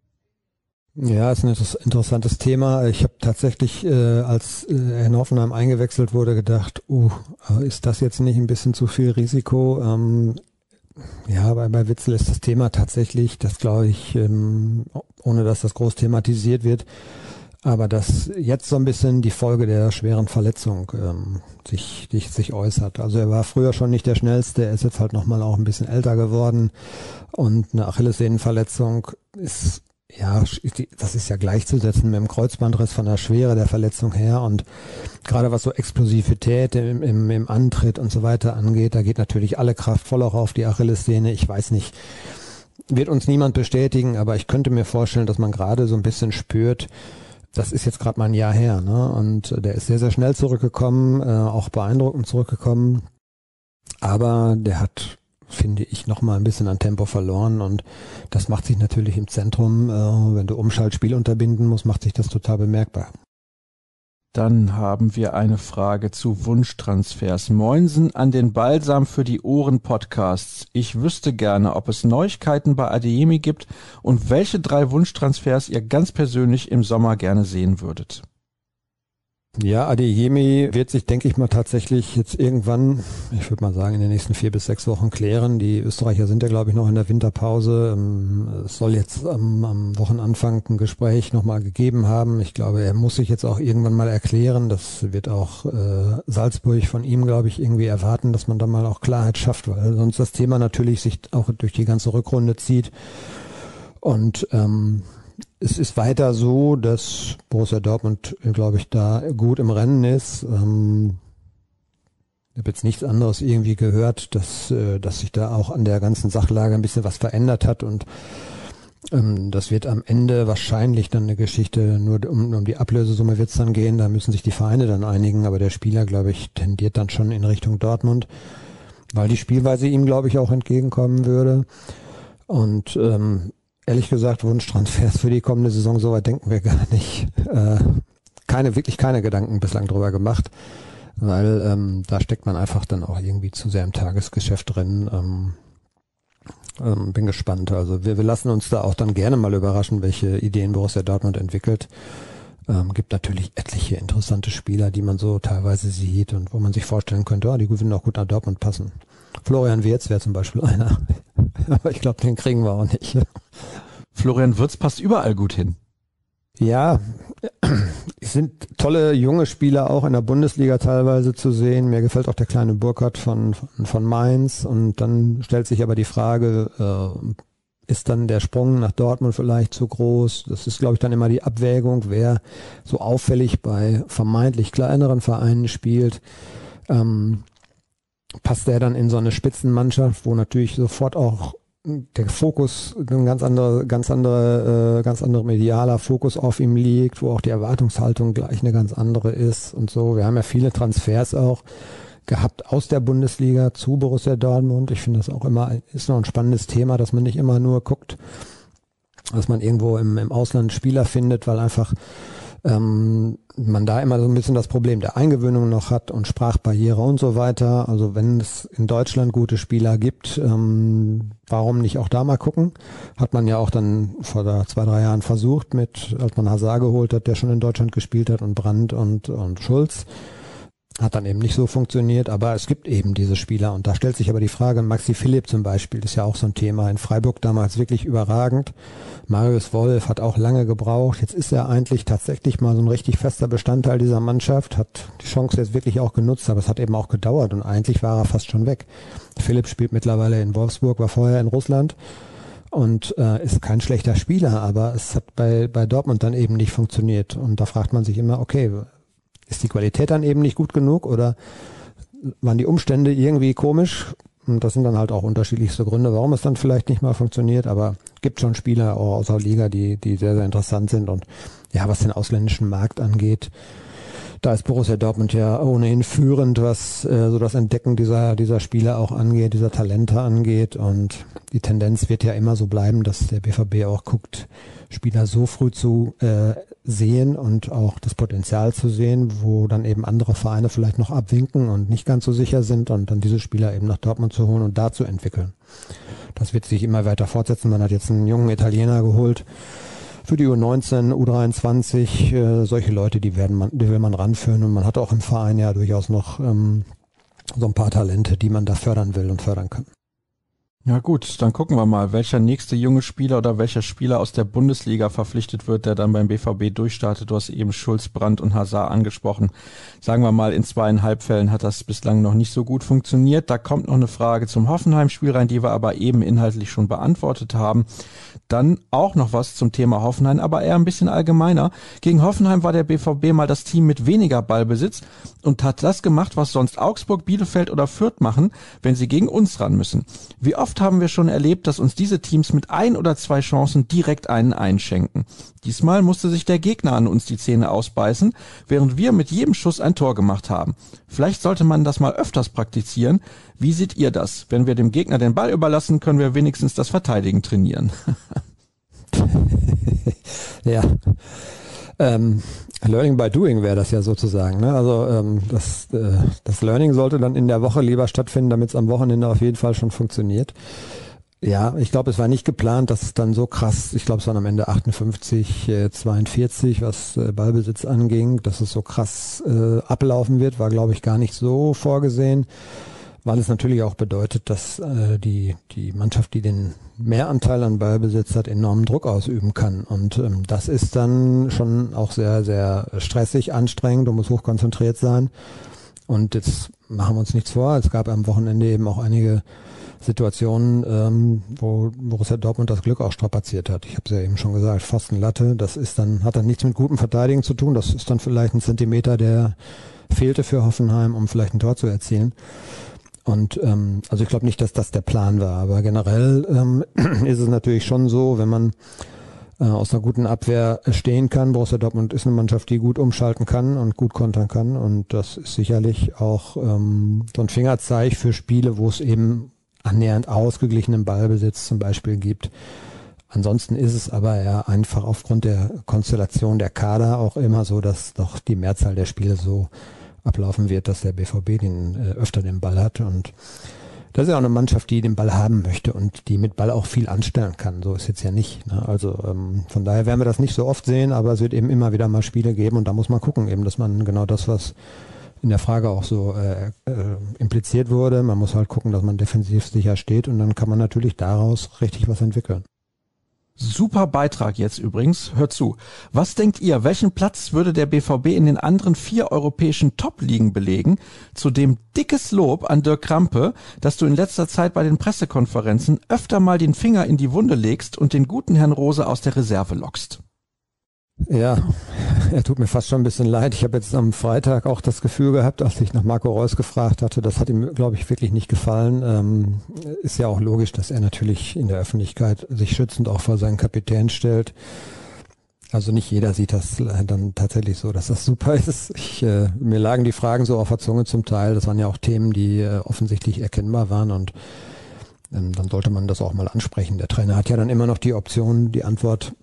Ja, ist ein interessantes Thema. Ich habe tatsächlich, als er in Hoffenheim eingewechselt wurde, gedacht, ist das jetzt nicht ein bisschen zu viel Risiko? Ja, bei Witsel ist das Thema tatsächlich, das glaube ich, ohne dass das groß thematisiert wird, aber dass jetzt so ein bisschen die Folge der schweren Verletzung sich äußert. Also er war früher schon nicht der Schnellste, er ist jetzt halt nochmal auch ein bisschen älter geworden und eine Achillessehnenverletzung ist, ja, das ist ja gleichzusetzen mit dem Kreuzbandriss von der Schwere der Verletzung her und gerade was so Explosivität im Antritt und so weiter angeht, da geht natürlich alle Kraft voll auch auf die Achillessehne. Ich weiß nicht, wird uns niemand bestätigen, aber ich könnte mir vorstellen, dass man gerade so ein bisschen spürt, das ist jetzt gerade mal ein Jahr her, ne? Und der ist sehr, sehr schnell zurückgekommen, auch beeindruckend zurückgekommen, aber der hat, finde ich, noch mal ein bisschen an Tempo verloren und das macht sich natürlich im Zentrum, wenn du Umschaltspiel unterbinden musst, macht sich das total bemerkbar. Dann haben wir eine Frage zu Wunschtransfers. Moinsen an den Balsam für die Ohren Podcasts. Ich wüsste gerne, ob es Neuigkeiten bei Adeyemi gibt und welche 3 Wunschtransfers ihr ganz persönlich im Sommer gerne sehen würdet. Ja, Adeyemi wird sich, denke ich mal, tatsächlich jetzt irgendwann, ich würde mal sagen, in den nächsten 4 bis 6 Wochen klären. Die Österreicher sind ja, glaube ich, noch in der Winterpause. Es soll jetzt am Wochenanfang ein Gespräch nochmal gegeben haben. Ich glaube, er muss sich jetzt auch irgendwann mal erklären. Das wird auch Salzburg von ihm, glaube ich, irgendwie erwarten, dass man da mal auch Klarheit schafft, weil sonst das Thema natürlich sich auch durch die ganze Rückrunde zieht. Und es ist weiter so, dass Borussia Dortmund, glaube ich, da gut im Rennen ist. Ich habe jetzt nichts anderes irgendwie gehört, dass sich da auch an der ganzen Sachlage ein bisschen was verändert hat und das wird am Ende wahrscheinlich dann eine Geschichte, nur um die Ablösesumme wird es dann gehen, da müssen sich die Vereine dann einigen, aber der Spieler, glaube ich, tendiert dann schon in Richtung Dortmund, weil die Spielweise ihm, glaube ich, auch entgegenkommen würde. Und ehrlich gesagt, Wunschtransfers für die kommende Saison, soweit denken wir gar nicht. Wirklich keine Gedanken bislang drüber gemacht, weil da steckt man einfach dann auch irgendwie zu sehr im Tagesgeschäft drin. Bin gespannt. Also wir lassen uns da auch dann gerne mal überraschen, welche Ideen Borussia Dortmund entwickelt. Gibt natürlich etliche interessante Spieler, die man so teilweise sieht und wo man sich vorstellen könnte, die würden auch gut nach Dortmund passen. Florian Wirtz wäre zum Beispiel einer. Aber ich glaube, den kriegen wir auch nicht. Florian Wirtz passt überall gut hin. Ja, es sind tolle junge Spieler auch in der Bundesliga teilweise zu sehen. Mir gefällt auch der kleine Burkhardt von Mainz. Und dann stellt sich aber die Frage, ist dann der Sprung nach Dortmund vielleicht zu groß? Das ist, glaube ich, dann immer die Abwägung, wer so auffällig bei vermeintlich kleineren Vereinen spielt. Passt der dann in so eine Spitzenmannschaft, wo natürlich sofort auch der Fokus, ein ganz andere medialer Fokus auf ihm liegt, wo auch die Erwartungshaltung gleich eine ganz andere ist und so. Wir haben ja viele Transfers auch gehabt aus der Bundesliga zu Borussia Dortmund. Ich finde das auch immer, ist noch ein spannendes Thema, dass man nicht immer nur guckt, dass man irgendwo im Ausland Spieler findet, weil einfach man da immer so ein bisschen das Problem der Eingewöhnung noch hat und Sprachbarriere und so weiter. Also wenn es in Deutschland gute Spieler gibt, warum nicht auch da mal gucken? Hat man ja auch dann vor 2-3 Jahren versucht, als man Hazard geholt hat, der schon in Deutschland gespielt hat, und Brandt und Schulz. Hat dann eben nicht so funktioniert, aber es gibt eben diese Spieler und da stellt sich aber die Frage, Maxi Philipp zum Beispiel ist ja auch so ein Thema, in Freiburg damals wirklich überragend. Marius Wolf hat auch lange gebraucht, jetzt ist er eigentlich tatsächlich mal so ein richtig fester Bestandteil dieser Mannschaft, hat die Chance jetzt wirklich auch genutzt, aber es hat eben auch gedauert und eigentlich war er fast schon weg. Philipp spielt mittlerweile in Wolfsburg, war vorher in Russland und ist kein schlechter Spieler, aber es hat bei Dortmund dann eben nicht funktioniert und da fragt man sich immer, okay, ist die Qualität dann eben nicht gut genug oder waren die Umstände irgendwie komisch? Und das sind dann halt auch unterschiedlichste Gründe, warum es dann vielleicht nicht mal funktioniert, aber gibt schon Spieler auch aus der Liga, die sehr, sehr interessant sind und ja, was den ausländischen Markt angeht, da ist Borussia Dortmund ja ohnehin führend, was so das Entdecken dieser Spieler auch angeht, dieser Talente angeht und die Tendenz wird ja immer so bleiben, dass der BVB auch guckt, Spieler so früh zu sehen und auch das Potenzial zu sehen, wo dann eben andere Vereine vielleicht noch abwinken und nicht ganz so sicher sind und dann diese Spieler eben nach Dortmund zu holen und da zu entwickeln. Das wird sich immer weiter fortsetzen. Man hat jetzt einen jungen Italiener geholt für die U19, U23, solche Leute, die will man ranführen und man hat auch im Verein ja durchaus noch so ein paar Talente, die man da fördern will und fördern kann. Ja gut, dann gucken wir mal, welcher nächste junge Spieler oder welcher Spieler aus der Bundesliga verpflichtet wird, der dann beim BVB durchstartet. Du hast eben Schulz, Brandt und Hazard angesprochen. Sagen wir mal, in 2,5 Fällen hat das bislang noch nicht so gut funktioniert. Da kommt noch eine Frage zum Hoffenheim-Spiel rein, die wir aber eben inhaltlich schon beantwortet haben. Dann auch noch was zum Thema Hoffenheim, aber eher ein bisschen allgemeiner. Gegen Hoffenheim war der BVB mal das Team mit weniger Ballbesitz und hat das gemacht, was sonst Augsburg, Bielefeld oder Fürth machen, wenn sie gegen uns ran müssen. Wie oft haben wir schon erlebt, dass uns diese Teams mit 1 oder 2 Chancen direkt einen einschenken. Diesmal musste sich der Gegner an uns die Zähne ausbeißen, während wir mit jedem Schuss ein Tor gemacht haben. Vielleicht sollte man das mal öfters praktizieren. Wie seht ihr das? Wenn wir dem Gegner den Ball überlassen, können wir wenigstens das Verteidigen trainieren. Ja, Learning by Doing wäre das ja sozusagen. Ne? Also das Learning sollte dann in der Woche lieber stattfinden, damit es am Wochenende auf jeden Fall schon funktioniert. Ja, ich glaube, es war nicht geplant, dass es dann so krass, ich glaube, es waren am Ende 58, 42, was Ballbesitz anging, dass es so krass ablaufen wird, war, glaube ich, gar nicht so vorgesehen, weil es natürlich auch bedeutet, dass die Mannschaft, die den Mehranteil an Ballbesitz hat, enormen Druck ausüben kann. Und das ist dann schon auch sehr, sehr stressig, anstrengend und muss hochkonzentriert sein. Und jetzt machen wir uns nichts vor. Es gab am Wochenende eben auch einige Situationen, wo Borussia Dortmund das Glück auch strapaziert hat. Ich habe es ja eben schon gesagt, Pfostenlatte, das ist dann, hat dann nichts mit gutem Verteidigen zu tun. Das ist dann vielleicht ein Zentimeter, der fehlte für Hoffenheim, um vielleicht ein Tor zu erzielen. Und also ich glaube nicht, dass das der Plan war, aber generell ist es natürlich schon so, wenn man aus einer guten Abwehr stehen kann. Borussia Dortmund ist eine Mannschaft, die gut umschalten kann und gut kontern kann und das ist sicherlich auch so ein Fingerzeig für Spiele, wo es eben annähernd ausgeglichenen Ballbesitz zum Beispiel gibt. Ansonsten ist es aber ja einfach aufgrund der Konstellation der Kader auch immer so, dass doch die Mehrzahl der Spiele so ablaufen wird, dass der BVB öfter den Ball hat und das ist ja auch eine Mannschaft, die den Ball haben möchte und die mit Ball auch viel anstellen kann. So ist jetzt ja nicht. Ne? Also von daher werden wir das nicht so oft sehen, aber es wird eben immer wieder mal Spiele geben und da muss man gucken, eben, dass man genau das, was in der Frage auch so impliziert wurde, man muss halt gucken, dass man defensiv sicher steht und dann kann man natürlich daraus richtig was entwickeln. Super Beitrag jetzt übrigens. Hört zu. Was denkt ihr, welchen Platz würde der BVB in den anderen 4 europäischen Top-Ligen belegen? Zudem dickes Lob an Dirk Krampe, dass du in letzter Zeit bei den Pressekonferenzen öfter mal den Finger in die Wunde legst und den guten Herrn Rose aus der Reserve lockst. Ja, er tut mir fast schon ein bisschen leid. Ich habe jetzt am Freitag auch das Gefühl gehabt, als ich nach Marco Reus gefragt hatte, das hat ihm, glaube ich, wirklich nicht gefallen. Ist ja auch logisch, dass er natürlich in der Öffentlichkeit sich schützend auch vor seinen Kapitän stellt. Also nicht jeder sieht das dann tatsächlich so, dass das super ist. Mir lagen die Fragen so auf der Zunge zum Teil. Das waren ja auch Themen, die offensichtlich erkennbar waren und dann sollte man das auch mal ansprechen. Der Trainer hat ja dann immer noch die Option, die Antwort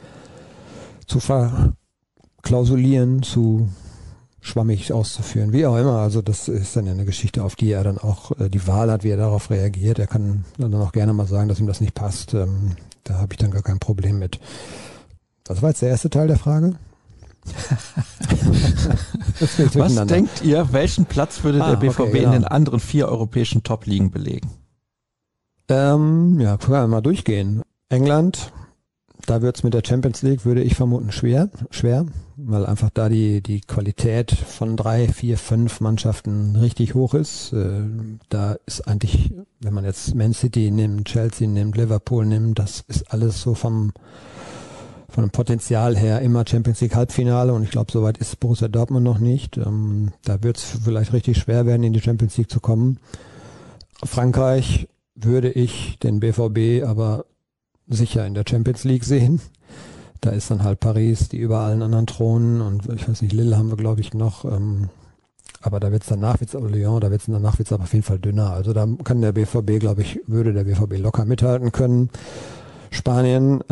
zu verklausulieren, zu schwammig auszuführen, wie auch immer. Also das ist dann ja eine Geschichte, auf die er dann auch die Wahl hat, wie er darauf reagiert. Er kann dann auch gerne mal sagen, dass ihm das nicht passt. Da habe ich dann gar kein Problem mit. Das war jetzt der erste Teil der Frage. Was denkt ihr, welchen Platz würde der BVB okay, in den anderen 4 europäischen Top-Ligen belegen? Können wir mal durchgehen. England, da wird's mit der Champions League, würde ich vermuten, schwer, weil einfach da die Qualität von 3, 4, 5 Mannschaften richtig hoch ist. Da ist eigentlich, wenn man jetzt Man City nimmt, Chelsea nimmt, Liverpool nimmt, das ist alles so von dem Potenzial her immer Champions League Halbfinale, und ich glaube, soweit ist Borussia Dortmund noch nicht. Da wird's vielleicht richtig schwer werden, in die Champions League zu kommen. Frankreich würde ich den BVB aber sicher in der Champions League sehen. Da ist dann halt Paris, die über allen anderen thronen, und ich weiß nicht, Lille haben wir glaube ich noch, aber da wird's danach Lyon, danach wird's aber auf jeden Fall dünner. Also da kann der BVB, glaube ich, würde der BVB locker mithalten können. Spanien,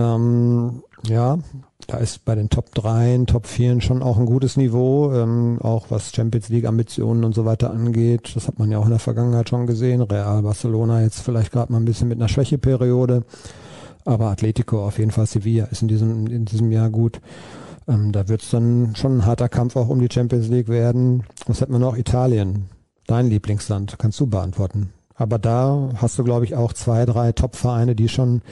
da ist bei den Top 3, Top 4 schon auch ein gutes Niveau, auch was Champions League Ambitionen und so weiter angeht. Das hat man ja auch in der Vergangenheit schon gesehen. Real Barcelona jetzt vielleicht gerade mal ein bisschen mit einer Schwächeperiode, aber Atletico, auf jeden Fall Sevilla ist in diesem Jahr gut. Da wird es dann schon ein harter Kampf auch um die Champions League werden. Was hat man noch? Italien, dein Lieblingsland, kannst du beantworten. Aber da hast du, glaube ich, auch 2, 3 Top-Vereine, die schon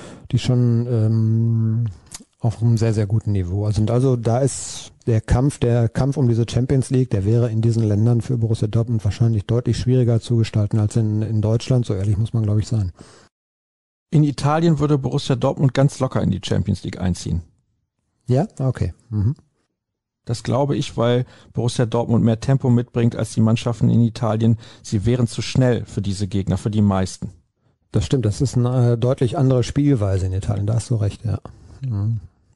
auf einem sehr, sehr guten Niveau. Also da ist der Kampf um diese Champions League, der wäre in diesen Ländern für Borussia Dortmund wahrscheinlich deutlich schwieriger zu gestalten als in Deutschland. So ehrlich muss man, glaube ich, sein. In Italien würde Borussia Dortmund ganz locker in die Champions League einziehen. Ja, okay. Mhm. Das glaube ich, weil Borussia Dortmund mehr Tempo mitbringt als die Mannschaften in Italien. Sie wären zu schnell für diese Gegner, für die meisten. Das stimmt, das ist eine deutlich andere Spielweise in Italien, da hast du recht, ja. Mhm.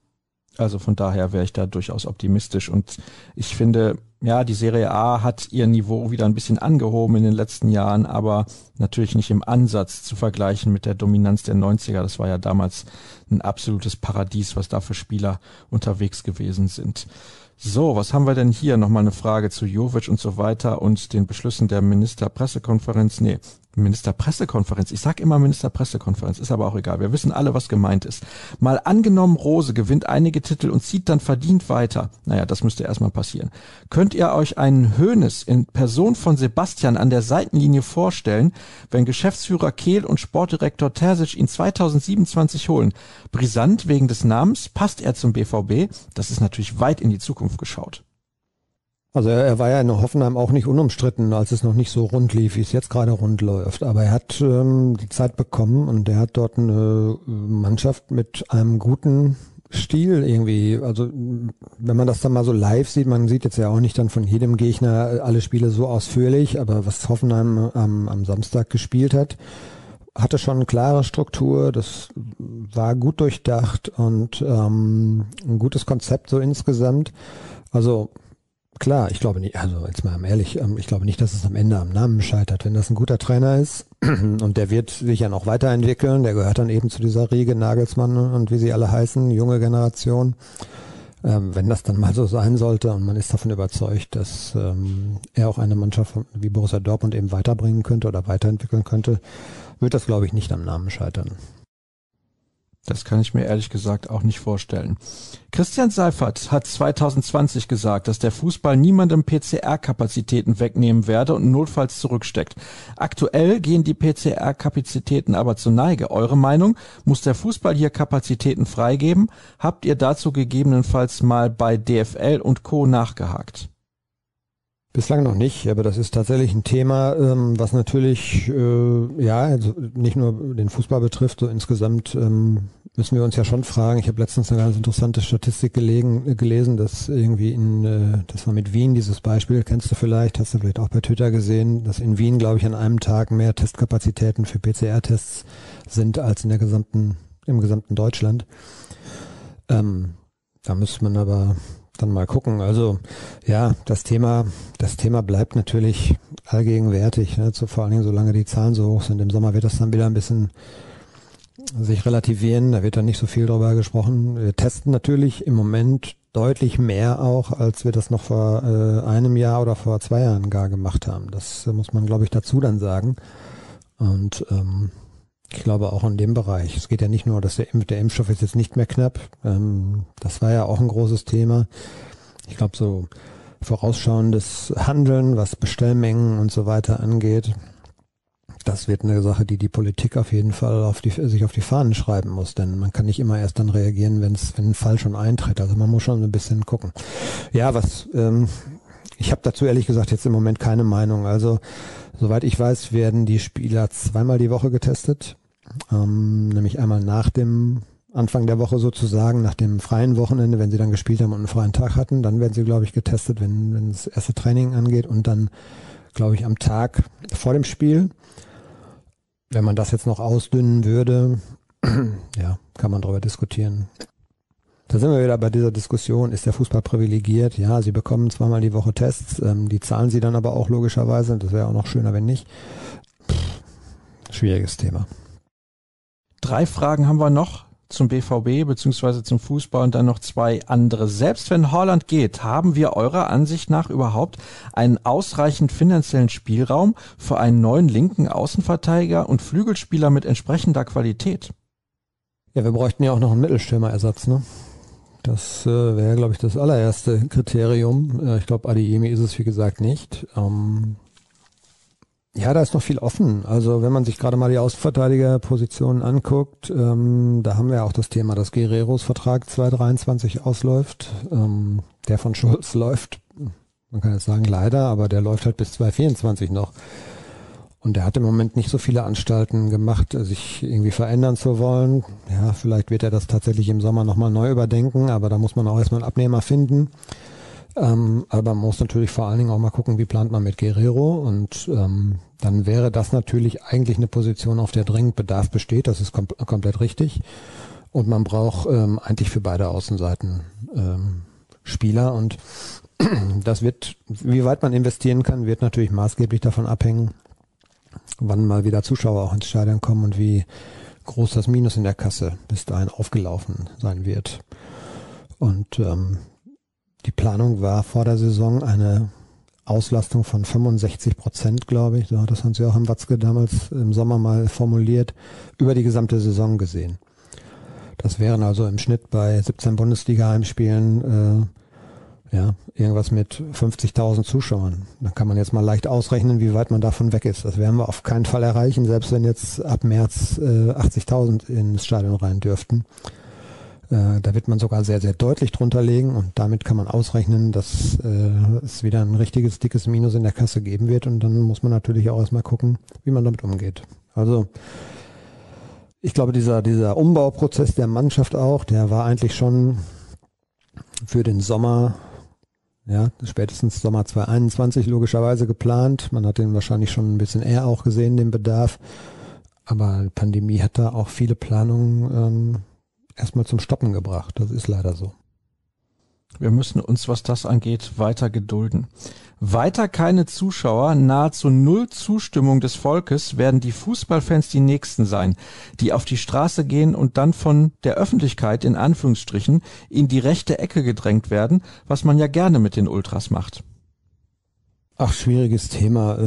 Also von daher wäre ich da durchaus optimistisch, und ich finde, ja, die Serie A hat ihr Niveau wieder ein bisschen angehoben in den letzten Jahren, aber natürlich nicht im Ansatz zu vergleichen mit der Dominanz der 90er. Das war ja damals ein absolutes Paradies, was da für Spieler unterwegs gewesen sind. So, was haben wir denn hier? Nochmal eine Frage zu Jovic und so weiter und den Beschlüssen der Ministerpressekonferenz. Ministerpressekonferenz. Ich sag immer Ministerpressekonferenz, ist aber auch egal. Wir wissen alle, was gemeint ist. Mal angenommen, Rose gewinnt einige Titel und zieht dann verdient weiter. Naja, das müsste erstmal passieren. Könnt ihr euch einen Hoeneß in Person von Sebastian an der Seitenlinie vorstellen, wenn Geschäftsführer Kehl und Sportdirektor Terzic ihn 2027 holen? Brisant wegen des Namens, passt er zum BVB? Das ist natürlich weit in die Zukunft geschaut. Also er war ja in Hoffenheim auch nicht unumstritten, als es noch nicht so rund lief, wie es jetzt gerade rund läuft. Aber er hat die Zeit bekommen, und er hat dort eine Mannschaft mit einem guten Stil irgendwie. Also wenn man das dann mal so live sieht, man sieht jetzt ja auch nicht dann von jedem Gegner alle Spiele so ausführlich, aber was Hoffenheim am Samstag gespielt hat, hatte schon eine klare Struktur, das war gut durchdacht und ein gutes Konzept so insgesamt. Also klar, ich glaube nicht, also jetzt mal ehrlich, ich glaube nicht, dass es am Ende am Namen scheitert. Wenn das ein guter Trainer ist und der wird sich ja noch weiterentwickeln, der gehört dann eben zu dieser Riege Nagelsmann und wie sie alle heißen, junge Generation. Wenn das dann mal so sein sollte und man ist davon überzeugt, dass er auch eine Mannschaft wie Borussia Dortmund eben weiterbringen könnte oder weiterentwickeln könnte, wird das, glaube ich, nicht am Namen scheitern. Das kann ich mir ehrlich gesagt auch nicht vorstellen. Christian Seifert hat 2020 gesagt, dass der Fußball niemandem PCR-Kapazitäten wegnehmen werde und notfalls zurücksteckt. Aktuell gehen die PCR-Kapazitäten aber zur Neige. Eure Meinung? Muss der Fußball hier Kapazitäten freigeben? Habt ihr dazu gegebenenfalls mal bei DFL und Co. nachgehakt? Bislang noch nicht, aber das ist tatsächlich ein Thema, was natürlich also nicht nur den Fußball betrifft, so insgesamt müssen wir uns ja schon fragen. Ich habe letztens eine ganz interessante Statistik gelesen, dass irgendwie das war mit Wien dieses Beispiel, kennst du vielleicht, hast du vielleicht auch bei Twitter gesehen, dass in Wien, glaube ich, an einem Tag mehr Testkapazitäten für PCR-Tests sind als im gesamten Deutschland. Da müsste man aber dann mal gucken. Also ja, das Thema bleibt natürlich allgegenwärtig, ne? Vor allen Dingen, solange die Zahlen so hoch sind. Im Sommer wird das dann wieder ein bisschen sich relativieren, da wird dann nicht so viel drüber gesprochen. Wir testen natürlich im Moment deutlich mehr auch, als wir das noch vor einem Jahr oder vor 2 Jahren gar gemacht haben. Das muss man, glaube ich, dazu dann sagen. Und ich glaube auch in dem Bereich. Es geht ja nicht nur, dass der Impfstoff ist jetzt nicht mehr knapp. Das war ja auch ein großes Thema. Ich glaube, so vorausschauendes Handeln, was Bestellmengen und so weiter angeht. Das wird eine Sache, die Politik auf jeden Fall sich auf die Fahnen schreiben muss, denn man kann nicht immer erst dann reagieren, wenn ein Fall schon eintritt. Also man muss schon ein bisschen gucken. Ja, ich habe dazu ehrlich gesagt jetzt im Moment keine Meinung. Also soweit ich weiß, werden die Spieler zweimal die Woche getestet, nämlich einmal nach dem Anfang der Woche sozusagen, nach dem freien Wochenende, wenn sie dann gespielt haben und einen freien Tag hatten. Dann werden sie, glaube ich, getestet, wenn das erste Training angeht und dann, glaube ich, am Tag vor dem Spiel. Wenn man das jetzt noch ausdünnen würde, ja, kann man darüber diskutieren. Da sind wir wieder bei dieser Diskussion, ist der Fußball privilegiert? Ja, sie bekommen zweimal die Woche Tests, die zahlen sie dann aber auch logischerweise. Das wäre auch noch schöner, wenn nicht. Schwieriges Thema. 3 Fragen haben wir noch zum BVB bzw. zum Fußball und dann noch 2 andere. Selbst wenn Haaland geht, haben wir eurer Ansicht nach überhaupt einen ausreichend finanziellen Spielraum für einen neuen linken Außenverteidiger und Flügelspieler mit entsprechender Qualität? Ja, wir bräuchten ja auch noch einen Mittelstürmerersatz, ne? Das wäre, glaube ich, das allererste Kriterium. Ich glaube, Adeyemi ist es, wie gesagt, nicht. Ja, da ist noch viel offen. Also wenn man sich gerade mal die Außenverteidigerpositionen anguckt, da haben wir auch das Thema, dass Guerreros Vertrag 2023 ausläuft. Der von Schulz läuft, man kann jetzt sagen leider, aber der läuft halt bis 2024 noch. Und der hat im Moment nicht so viele Anstalten gemacht, sich irgendwie verändern zu wollen. Ja, vielleicht wird er das tatsächlich im Sommer nochmal neu überdenken, aber da muss man auch erstmal einen Abnehmer finden. Aber man muss natürlich vor allen Dingen auch mal gucken, wie plant man mit Guerrero und dann wäre das natürlich eigentlich eine Position, auf der dringend Bedarf besteht, das ist komplett richtig und man braucht eigentlich für beide Außenseiten Spieler und das wird, wie weit man investieren kann, wird natürlich maßgeblich davon abhängen, wann mal wieder Zuschauer auch ins Stadion kommen und wie groß das Minus in der Kasse bis dahin aufgelaufen sein wird und die Planung war vor der Saison eine Auslastung von 65%, glaube ich. So hat das Hans-Joachim Watzke damals im Sommer mal formuliert, über die gesamte Saison gesehen. Das wären also im Schnitt bei 17 Bundesliga-Heimspielen irgendwas mit 50.000 Zuschauern. Da kann man jetzt mal leicht ausrechnen, wie weit man davon weg ist. Das werden wir auf keinen Fall erreichen, selbst wenn jetzt ab März 80.000 ins Stadion rein dürften. Da wird man sogar sehr, sehr deutlich drunter liegen und damit kann man ausrechnen, dass es wieder ein richtiges, dickes Minus in der Kasse geben wird und dann muss man natürlich auch erstmal gucken, wie man damit umgeht. Also ich glaube, dieser Umbauprozess der Mannschaft auch, der war eigentlich schon für den Sommer, ja, spätestens Sommer 2021 logischerweise geplant. Man hat den wahrscheinlich schon ein bisschen eher auch gesehen, den Bedarf. Aber die Pandemie hat da auch viele Planungen erstmal zum Stoppen gebracht. Das ist leider so. Wir müssen uns, was das angeht, weiter gedulden. Weiter keine Zuschauer, nahezu null Zustimmung des Volkes werden die Fußballfans die Nächsten sein, die auf die Straße gehen und dann von der Öffentlichkeit in Anführungsstrichen in die rechte Ecke gedrängt werden, was man ja gerne mit den Ultras macht. Ach, schwieriges Thema.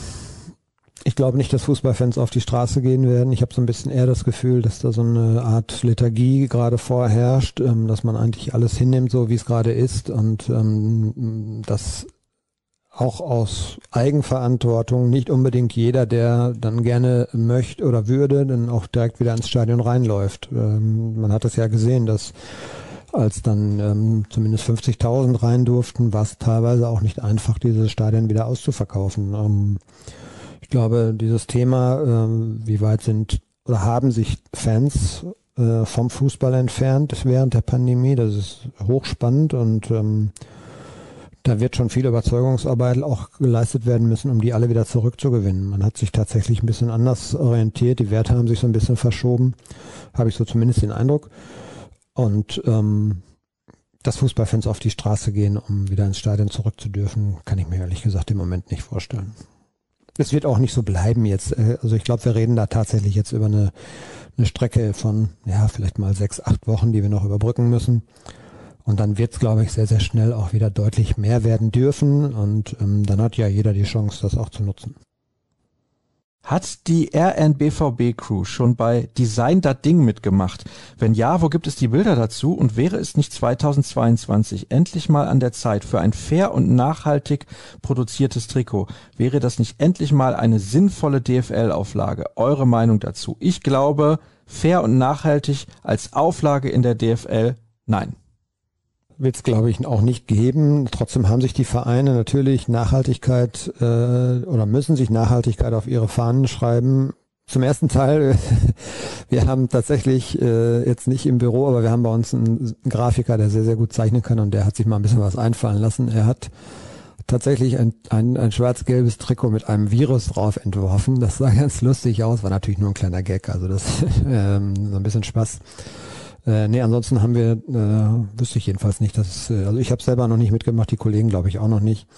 Ich glaube nicht, dass Fußballfans auf die Straße gehen werden. Ich habe so ein bisschen eher das Gefühl, dass da so eine Art Lethargie gerade vorherrscht, dass man eigentlich alles hinnimmt, so wie es gerade ist und dass auch aus Eigenverantwortung nicht unbedingt jeder, der dann gerne möchte oder würde, dann auch direkt wieder ins Stadion reinläuft. Man hat das ja gesehen, dass als dann zumindest 50.000 rein durften, war es teilweise auch nicht einfach, diese Stadien wieder auszuverkaufen. Ich glaube, dieses Thema, wie weit sind oder haben sich Fans vom Fußball entfernt während der Pandemie, das ist hochspannend und da wird schon viel Überzeugungsarbeit auch geleistet werden müssen, um die alle wieder zurückzugewinnen. Man hat sich tatsächlich ein bisschen anders orientiert, die Werte haben sich so ein bisschen verschoben, habe ich so zumindest den Eindruck. Und dass Fußballfans auf die Straße gehen, um wieder ins Stadion zurück zu dürfen, kann ich mir ehrlich gesagt im Moment nicht vorstellen. Es wird auch nicht so bleiben jetzt. Also ich glaube, wir reden da tatsächlich jetzt über eine Strecke von, ja, vielleicht mal 6, 8 Wochen, die wir noch überbrücken müssen. Und dann wird es, glaube ich, sehr, sehr schnell auch wieder deutlich mehr werden dürfen. Und dann hat ja jeder die Chance, das auch zu nutzen. Hat die RNBVB-Crew schon bei Design das Ding mitgemacht? Wenn ja, wo gibt es die Bilder dazu? Und wäre es nicht 2022 endlich mal an der Zeit für ein fair und nachhaltig produziertes Trikot? Wäre das nicht endlich mal eine sinnvolle DFL-Auflage? Eure Meinung dazu? Ich glaube, fair und nachhaltig als Auflage in der DFL, nein. Wird es, glaube ich, auch nicht geben. Trotzdem haben sich die Vereine natürlich Nachhaltigkeit oder müssen sich Nachhaltigkeit auf ihre Fahnen schreiben. Zum ersten Teil, wir haben tatsächlich jetzt nicht im Büro, aber wir haben bei uns einen Grafiker, der sehr, sehr gut zeichnen kann und der hat sich mal ein bisschen was einfallen lassen. Er hat tatsächlich ein schwarz-gelbes Trikot mit einem Virus drauf entworfen. Das sah ganz lustig aus, war natürlich nur ein kleiner Gag, also das so ein bisschen Spaß. Ansonsten haben wir, wüsste ich jedenfalls nicht, also ich habe selber noch nicht mitgemacht, die Kollegen glaube ich auch noch nicht.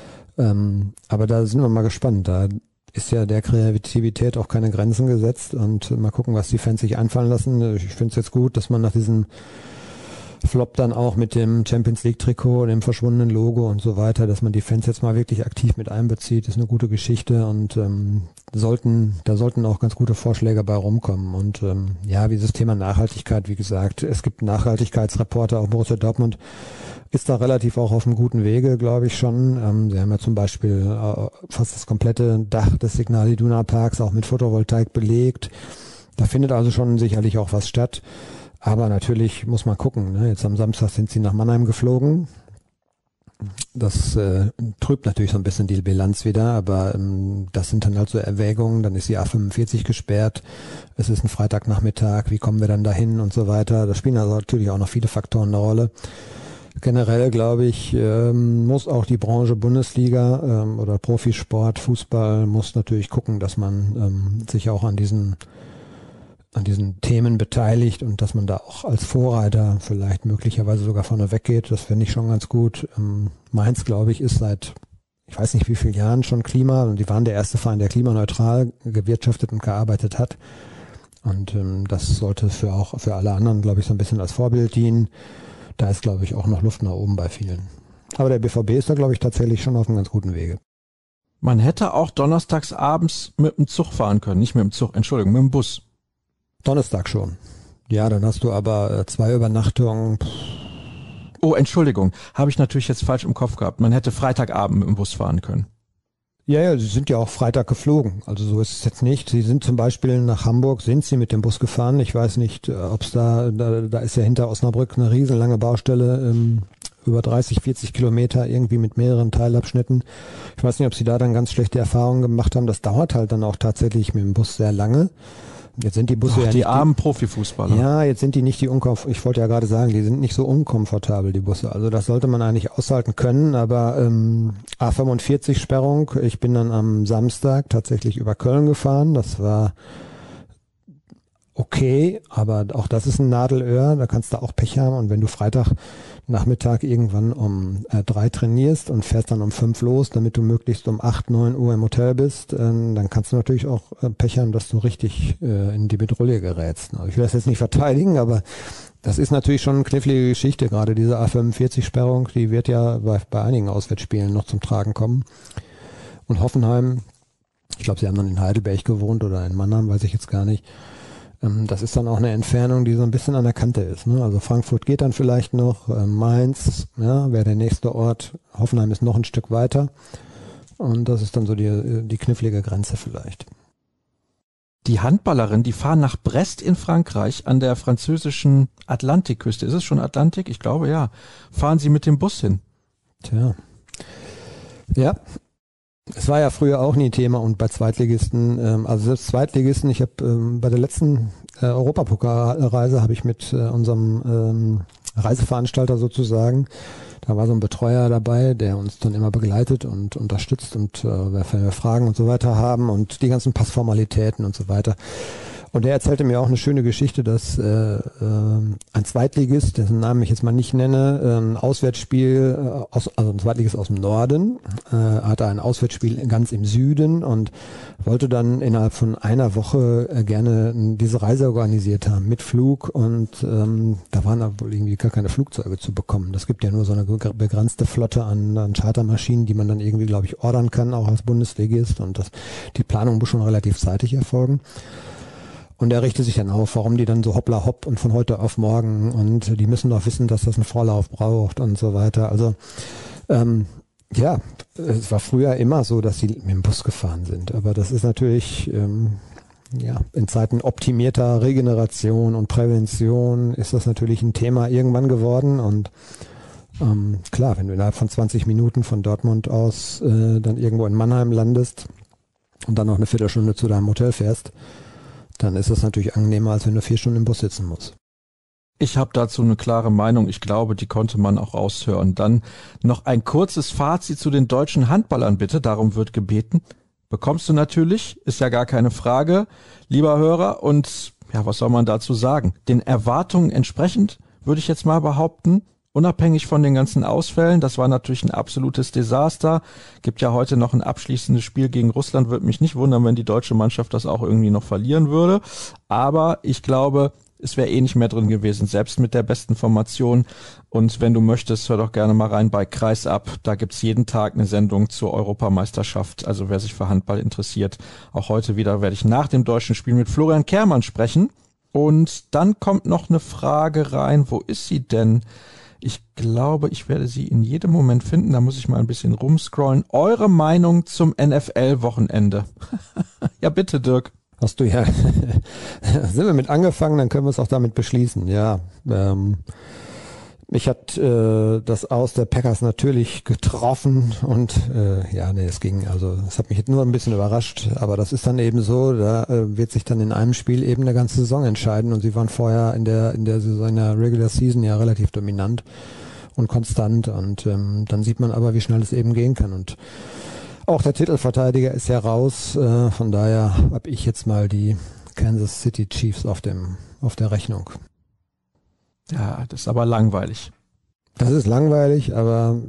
Aber da sind wir mal gespannt. Da ist ja der Kreativität auch keine Grenzen gesetzt und mal gucken, was die Fans sich einfallen lassen. Ich finde es jetzt gut, dass man nach diesem Flop dann auch mit dem Champions League Trikot, dem verschwundenen Logo und so weiter, dass man die Fans jetzt mal wirklich aktiv mit einbezieht, ist eine gute Geschichte und da sollten auch ganz gute Vorschläge bei rumkommen. Und dieses Thema Nachhaltigkeit, wie gesagt, es gibt Nachhaltigkeitsreporter, auch Borussia Dortmund ist da relativ auch auf einem guten Wege, glaube ich schon. Sie haben ja zum Beispiel fast das komplette Dach des Signal Iduna Parks auch mit Photovoltaik belegt. Da findet also schon sicherlich auch was statt. Aber natürlich muss man gucken, ne? Jetzt am Samstag sind sie nach Mannheim geflogen. Das trübt natürlich so ein bisschen die Bilanz wieder, aber das sind dann halt so Erwägungen. Dann ist die A45 gesperrt. Es ist ein Freitagnachmittag. Wie kommen wir dann dahin und so weiter? Da spielen also natürlich auch noch viele Faktoren eine Rolle. Generell, glaube ich, muss auch die Branche Bundesliga oder Profisport, Fußball muss natürlich gucken, dass man sich auch an diesen Themen beteiligt und dass man da auch als Vorreiter vielleicht möglicherweise sogar vorne weggeht. Das finde ich schon ganz gut. Mainz, glaube ich, ist seit, ich weiß nicht wie vielen Jahren schon Klima und die waren der erste Verein, der klimaneutral gewirtschaftet und gearbeitet hat. Und das sollte für alle anderen, glaube ich, so ein bisschen als Vorbild dienen. Da ist, glaube ich, auch noch Luft nach oben bei vielen. Aber der BVB ist da, glaube ich, tatsächlich schon auf einem ganz guten Wege. Man hätte auch donnerstags abends mit dem Zug fahren können, nicht mit dem Zug, Entschuldigung, mit dem Bus. Donnerstag schon. Ja, dann hast du aber 2 Übernachtungen. Oh, Entschuldigung, habe ich natürlich jetzt falsch im Kopf gehabt. Man hätte Freitagabend mit dem Bus fahren können. Ja, sie sind ja auch Freitag geflogen. Also so ist es jetzt nicht. Sie sind zum Beispiel nach Hamburg, sind sie mit dem Bus gefahren. Ich weiß nicht, ob es da ist ja hinter Osnabrück eine riesenlange Baustelle, über 30, 40 Kilometer irgendwie mit mehreren Teilabschnitten. Ich weiß nicht, ob sie da dann ganz schlechte Erfahrungen gemacht haben. Das dauert halt dann auch tatsächlich mit dem Bus sehr lange. Jetzt sind die Busse die armen Profifußballer. Ja, jetzt sind die nicht ich wollte ja gerade sagen, die sind nicht so unkomfortabel, die Busse. Also das sollte man eigentlich aushalten können, aber A45 Sperrung, ich bin dann am Samstag tatsächlich über Köln gefahren, das war okay, aber auch das ist ein Nadelöhr, da kannst du auch Pech haben und wenn du Freitagnachmittag irgendwann um 3 trainierst und fährst dann um 5 los, damit du möglichst um 8, 9 Uhr im Hotel bist, dann kannst du natürlich auch Pech haben, dass du richtig in die Bedrohung gerätst. Ich will das jetzt nicht verteidigen, aber das ist natürlich schon eine knifflige Geschichte, gerade diese A45-Sperrung, die wird ja bei einigen Auswärtsspielen noch zum Tragen kommen. Und Hoffenheim, ich glaube, sie haben dann in Heidelberg gewohnt oder in Mannheim, weiß ich jetzt gar nicht. Das ist dann auch eine Entfernung, die so ein bisschen an der Kante ist. Ne? Also Frankfurt geht dann vielleicht noch, Mainz, ja, wäre der nächste Ort. Hoffenheim ist noch ein Stück weiter. Und das ist dann so die knifflige Grenze vielleicht. Die Handballerin, die fahren nach Brest in Frankreich an der französischen Atlantikküste. Ist es schon Atlantik? Ich glaube, ja. Fahren sie mit dem Bus hin. Tja. Ja. Es war ja früher auch nie Thema und bei Zweitligisten, also selbst Zweitligisten, ich habe bei der letzten Europapokalreise habe ich mit unserem Reiseveranstalter sozusagen, da war so ein Betreuer dabei, der uns dann immer begleitet und unterstützt und wenn wir Fragen und so weiter haben und die ganzen Passformalitäten und so weiter. Und er erzählte mir auch eine schöne Geschichte, dass ein Zweitligist, dessen Namen ich jetzt mal nicht nenne, ein Auswärtsspiel, also ein Zweitligist aus dem Norden, hatte ein Auswärtsspiel ganz im Süden und wollte dann innerhalb von einer Woche gerne diese Reise organisiert haben mit Flug und da waren aber wohl irgendwie gar keine Flugzeuge zu bekommen. Das gibt ja nur so eine begrenzte Flotte an Chartermaschinen, die man dann irgendwie, glaube ich, ordern kann, auch als Bundesligist und die Planung muss schon relativ zeitig erfolgen. Und er richtete sich dann auf, warum die dann so hoppla hopp und von heute auf morgen und die müssen doch wissen, dass das einen Vorlauf braucht und so weiter. Also ja, es war früher immer so, dass sie mit dem Bus gefahren sind. Aber das ist natürlich in Zeiten optimierter Regeneration und Prävention ist das natürlich ein Thema irgendwann geworden. Und klar, wenn du innerhalb von 20 Minuten von Dortmund aus dann irgendwo in Mannheim landest und dann noch eine Viertelstunde zu deinem Hotel fährst, dann ist es natürlich angenehmer, als wenn du 4 Stunden im Bus sitzen musst. Ich habe dazu eine klare Meinung. Ich glaube, die konnte man auch raushören. Dann noch ein kurzes Fazit zu den deutschen Handballern, bitte. Darum wird gebeten. Bekommst du natürlich, ist ja gar keine Frage, lieber Hörer. Und ja, was soll man dazu sagen? Den Erwartungen entsprechend, würde ich jetzt mal behaupten, unabhängig von den ganzen Ausfällen, das war natürlich ein absolutes Desaster. Gibt ja heute noch ein abschließendes Spiel gegen Russland. Würde mich nicht wundern, wenn die deutsche Mannschaft das auch irgendwie noch verlieren würde. Aber ich glaube, es wäre nicht mehr drin gewesen, selbst mit der besten Formation. Und wenn du möchtest, hör doch gerne mal rein bei Kreisab. Da gibt's jeden Tag eine Sendung zur Europameisterschaft. Also wer sich für Handball interessiert, auch heute wieder werde ich nach dem deutschen Spiel mit Florian Kehrmann sprechen. Und dann kommt noch eine Frage rein. Wo ist sie denn? Ich glaube, ich werde sie in jedem Moment finden. Da muss ich mal ein bisschen rumscrollen. Eure Meinung zum NFL-Wochenende? Ja, bitte, Dirk. Hast du ja, sind wir mit angefangen, dann können wir es auch damit beschließen. Ja, mich hat das Aus der Packers natürlich getroffen und es ging. Also es hat mich jetzt nur ein bisschen überrascht, aber das ist dann eben so, da wird sich dann in einem Spiel eben eine ganze Saison entscheiden und sie waren vorher in der Saison, in der Regular Season ja relativ dominant und konstant und dann sieht man aber, wie schnell es eben gehen kann und auch der Titelverteidiger ist ja raus, von daher habe ich jetzt mal die Kansas City Chiefs auf der Rechnung. Ja, das ist aber langweilig. Das ist langweilig, aber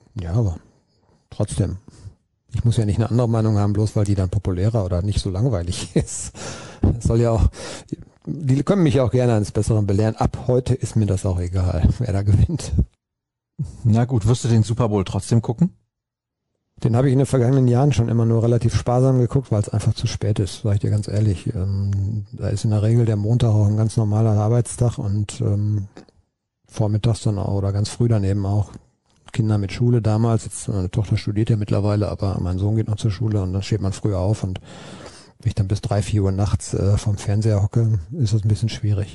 trotzdem. Ich muss ja nicht eine andere Meinung haben, bloß weil die dann populärer oder nicht so langweilig ist. Das soll ja auch, die können mich auch gerne eines Besseren belehren. Ab heute ist mir das auch egal, wer da gewinnt. Na gut, wirst du den Super Bowl trotzdem gucken? Den habe ich in den vergangenen Jahren schon immer nur relativ sparsam geguckt, weil es einfach zu spät ist, sage ich dir ganz ehrlich. Da ist in der Regel der Montag auch ein ganz normaler Arbeitstag und vormittags dann auch oder ganz früh daneben auch Kinder mit Schule damals. Jetzt meine Tochter studiert ja mittlerweile, aber mein Sohn geht noch zur Schule und dann steht man früh auf und wenn ich dann bis 3-4 Uhr nachts vom Fernseher hocke, ist das ein bisschen schwierig.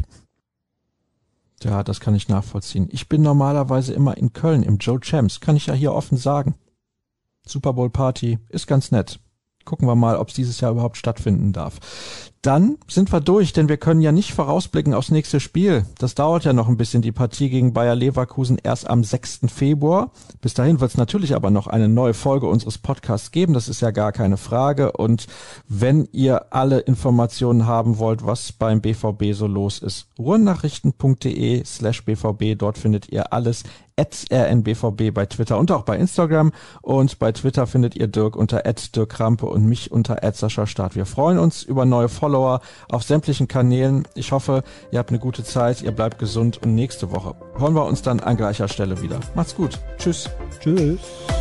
Ja, das kann ich nachvollziehen. Ich bin normalerweise immer in Köln im Joe Champs, kann ich ja hier offen sagen. Super Bowl Party ist ganz nett. Gucken wir mal, ob es dieses Jahr überhaupt stattfinden darf. Dann sind wir durch, denn wir können ja nicht vorausblicken aufs nächste Spiel. Das dauert ja noch ein bisschen, die Partie gegen Bayer Leverkusen erst am 6. Februar. Bis dahin wird es natürlich aber noch eine neue Folge unseres Podcasts geben, das ist ja gar keine Frage. Und wenn ihr alle Informationen haben wollt, was beim BVB so los ist, ruhrnachrichten.de/BVB, dort findet ihr alles. @rnbvb bei Twitter und auch bei Instagram. Und bei Twitter findet ihr Dirk unter @dirkrampe und mich unter @SaschaStart. Wir freuen uns über neue Follower auf sämtlichen Kanälen. Ich hoffe, ihr habt eine gute Zeit, ihr bleibt gesund und nächste Woche hören wir uns dann an gleicher Stelle wieder. Macht's gut. Tschüss. Tschüss.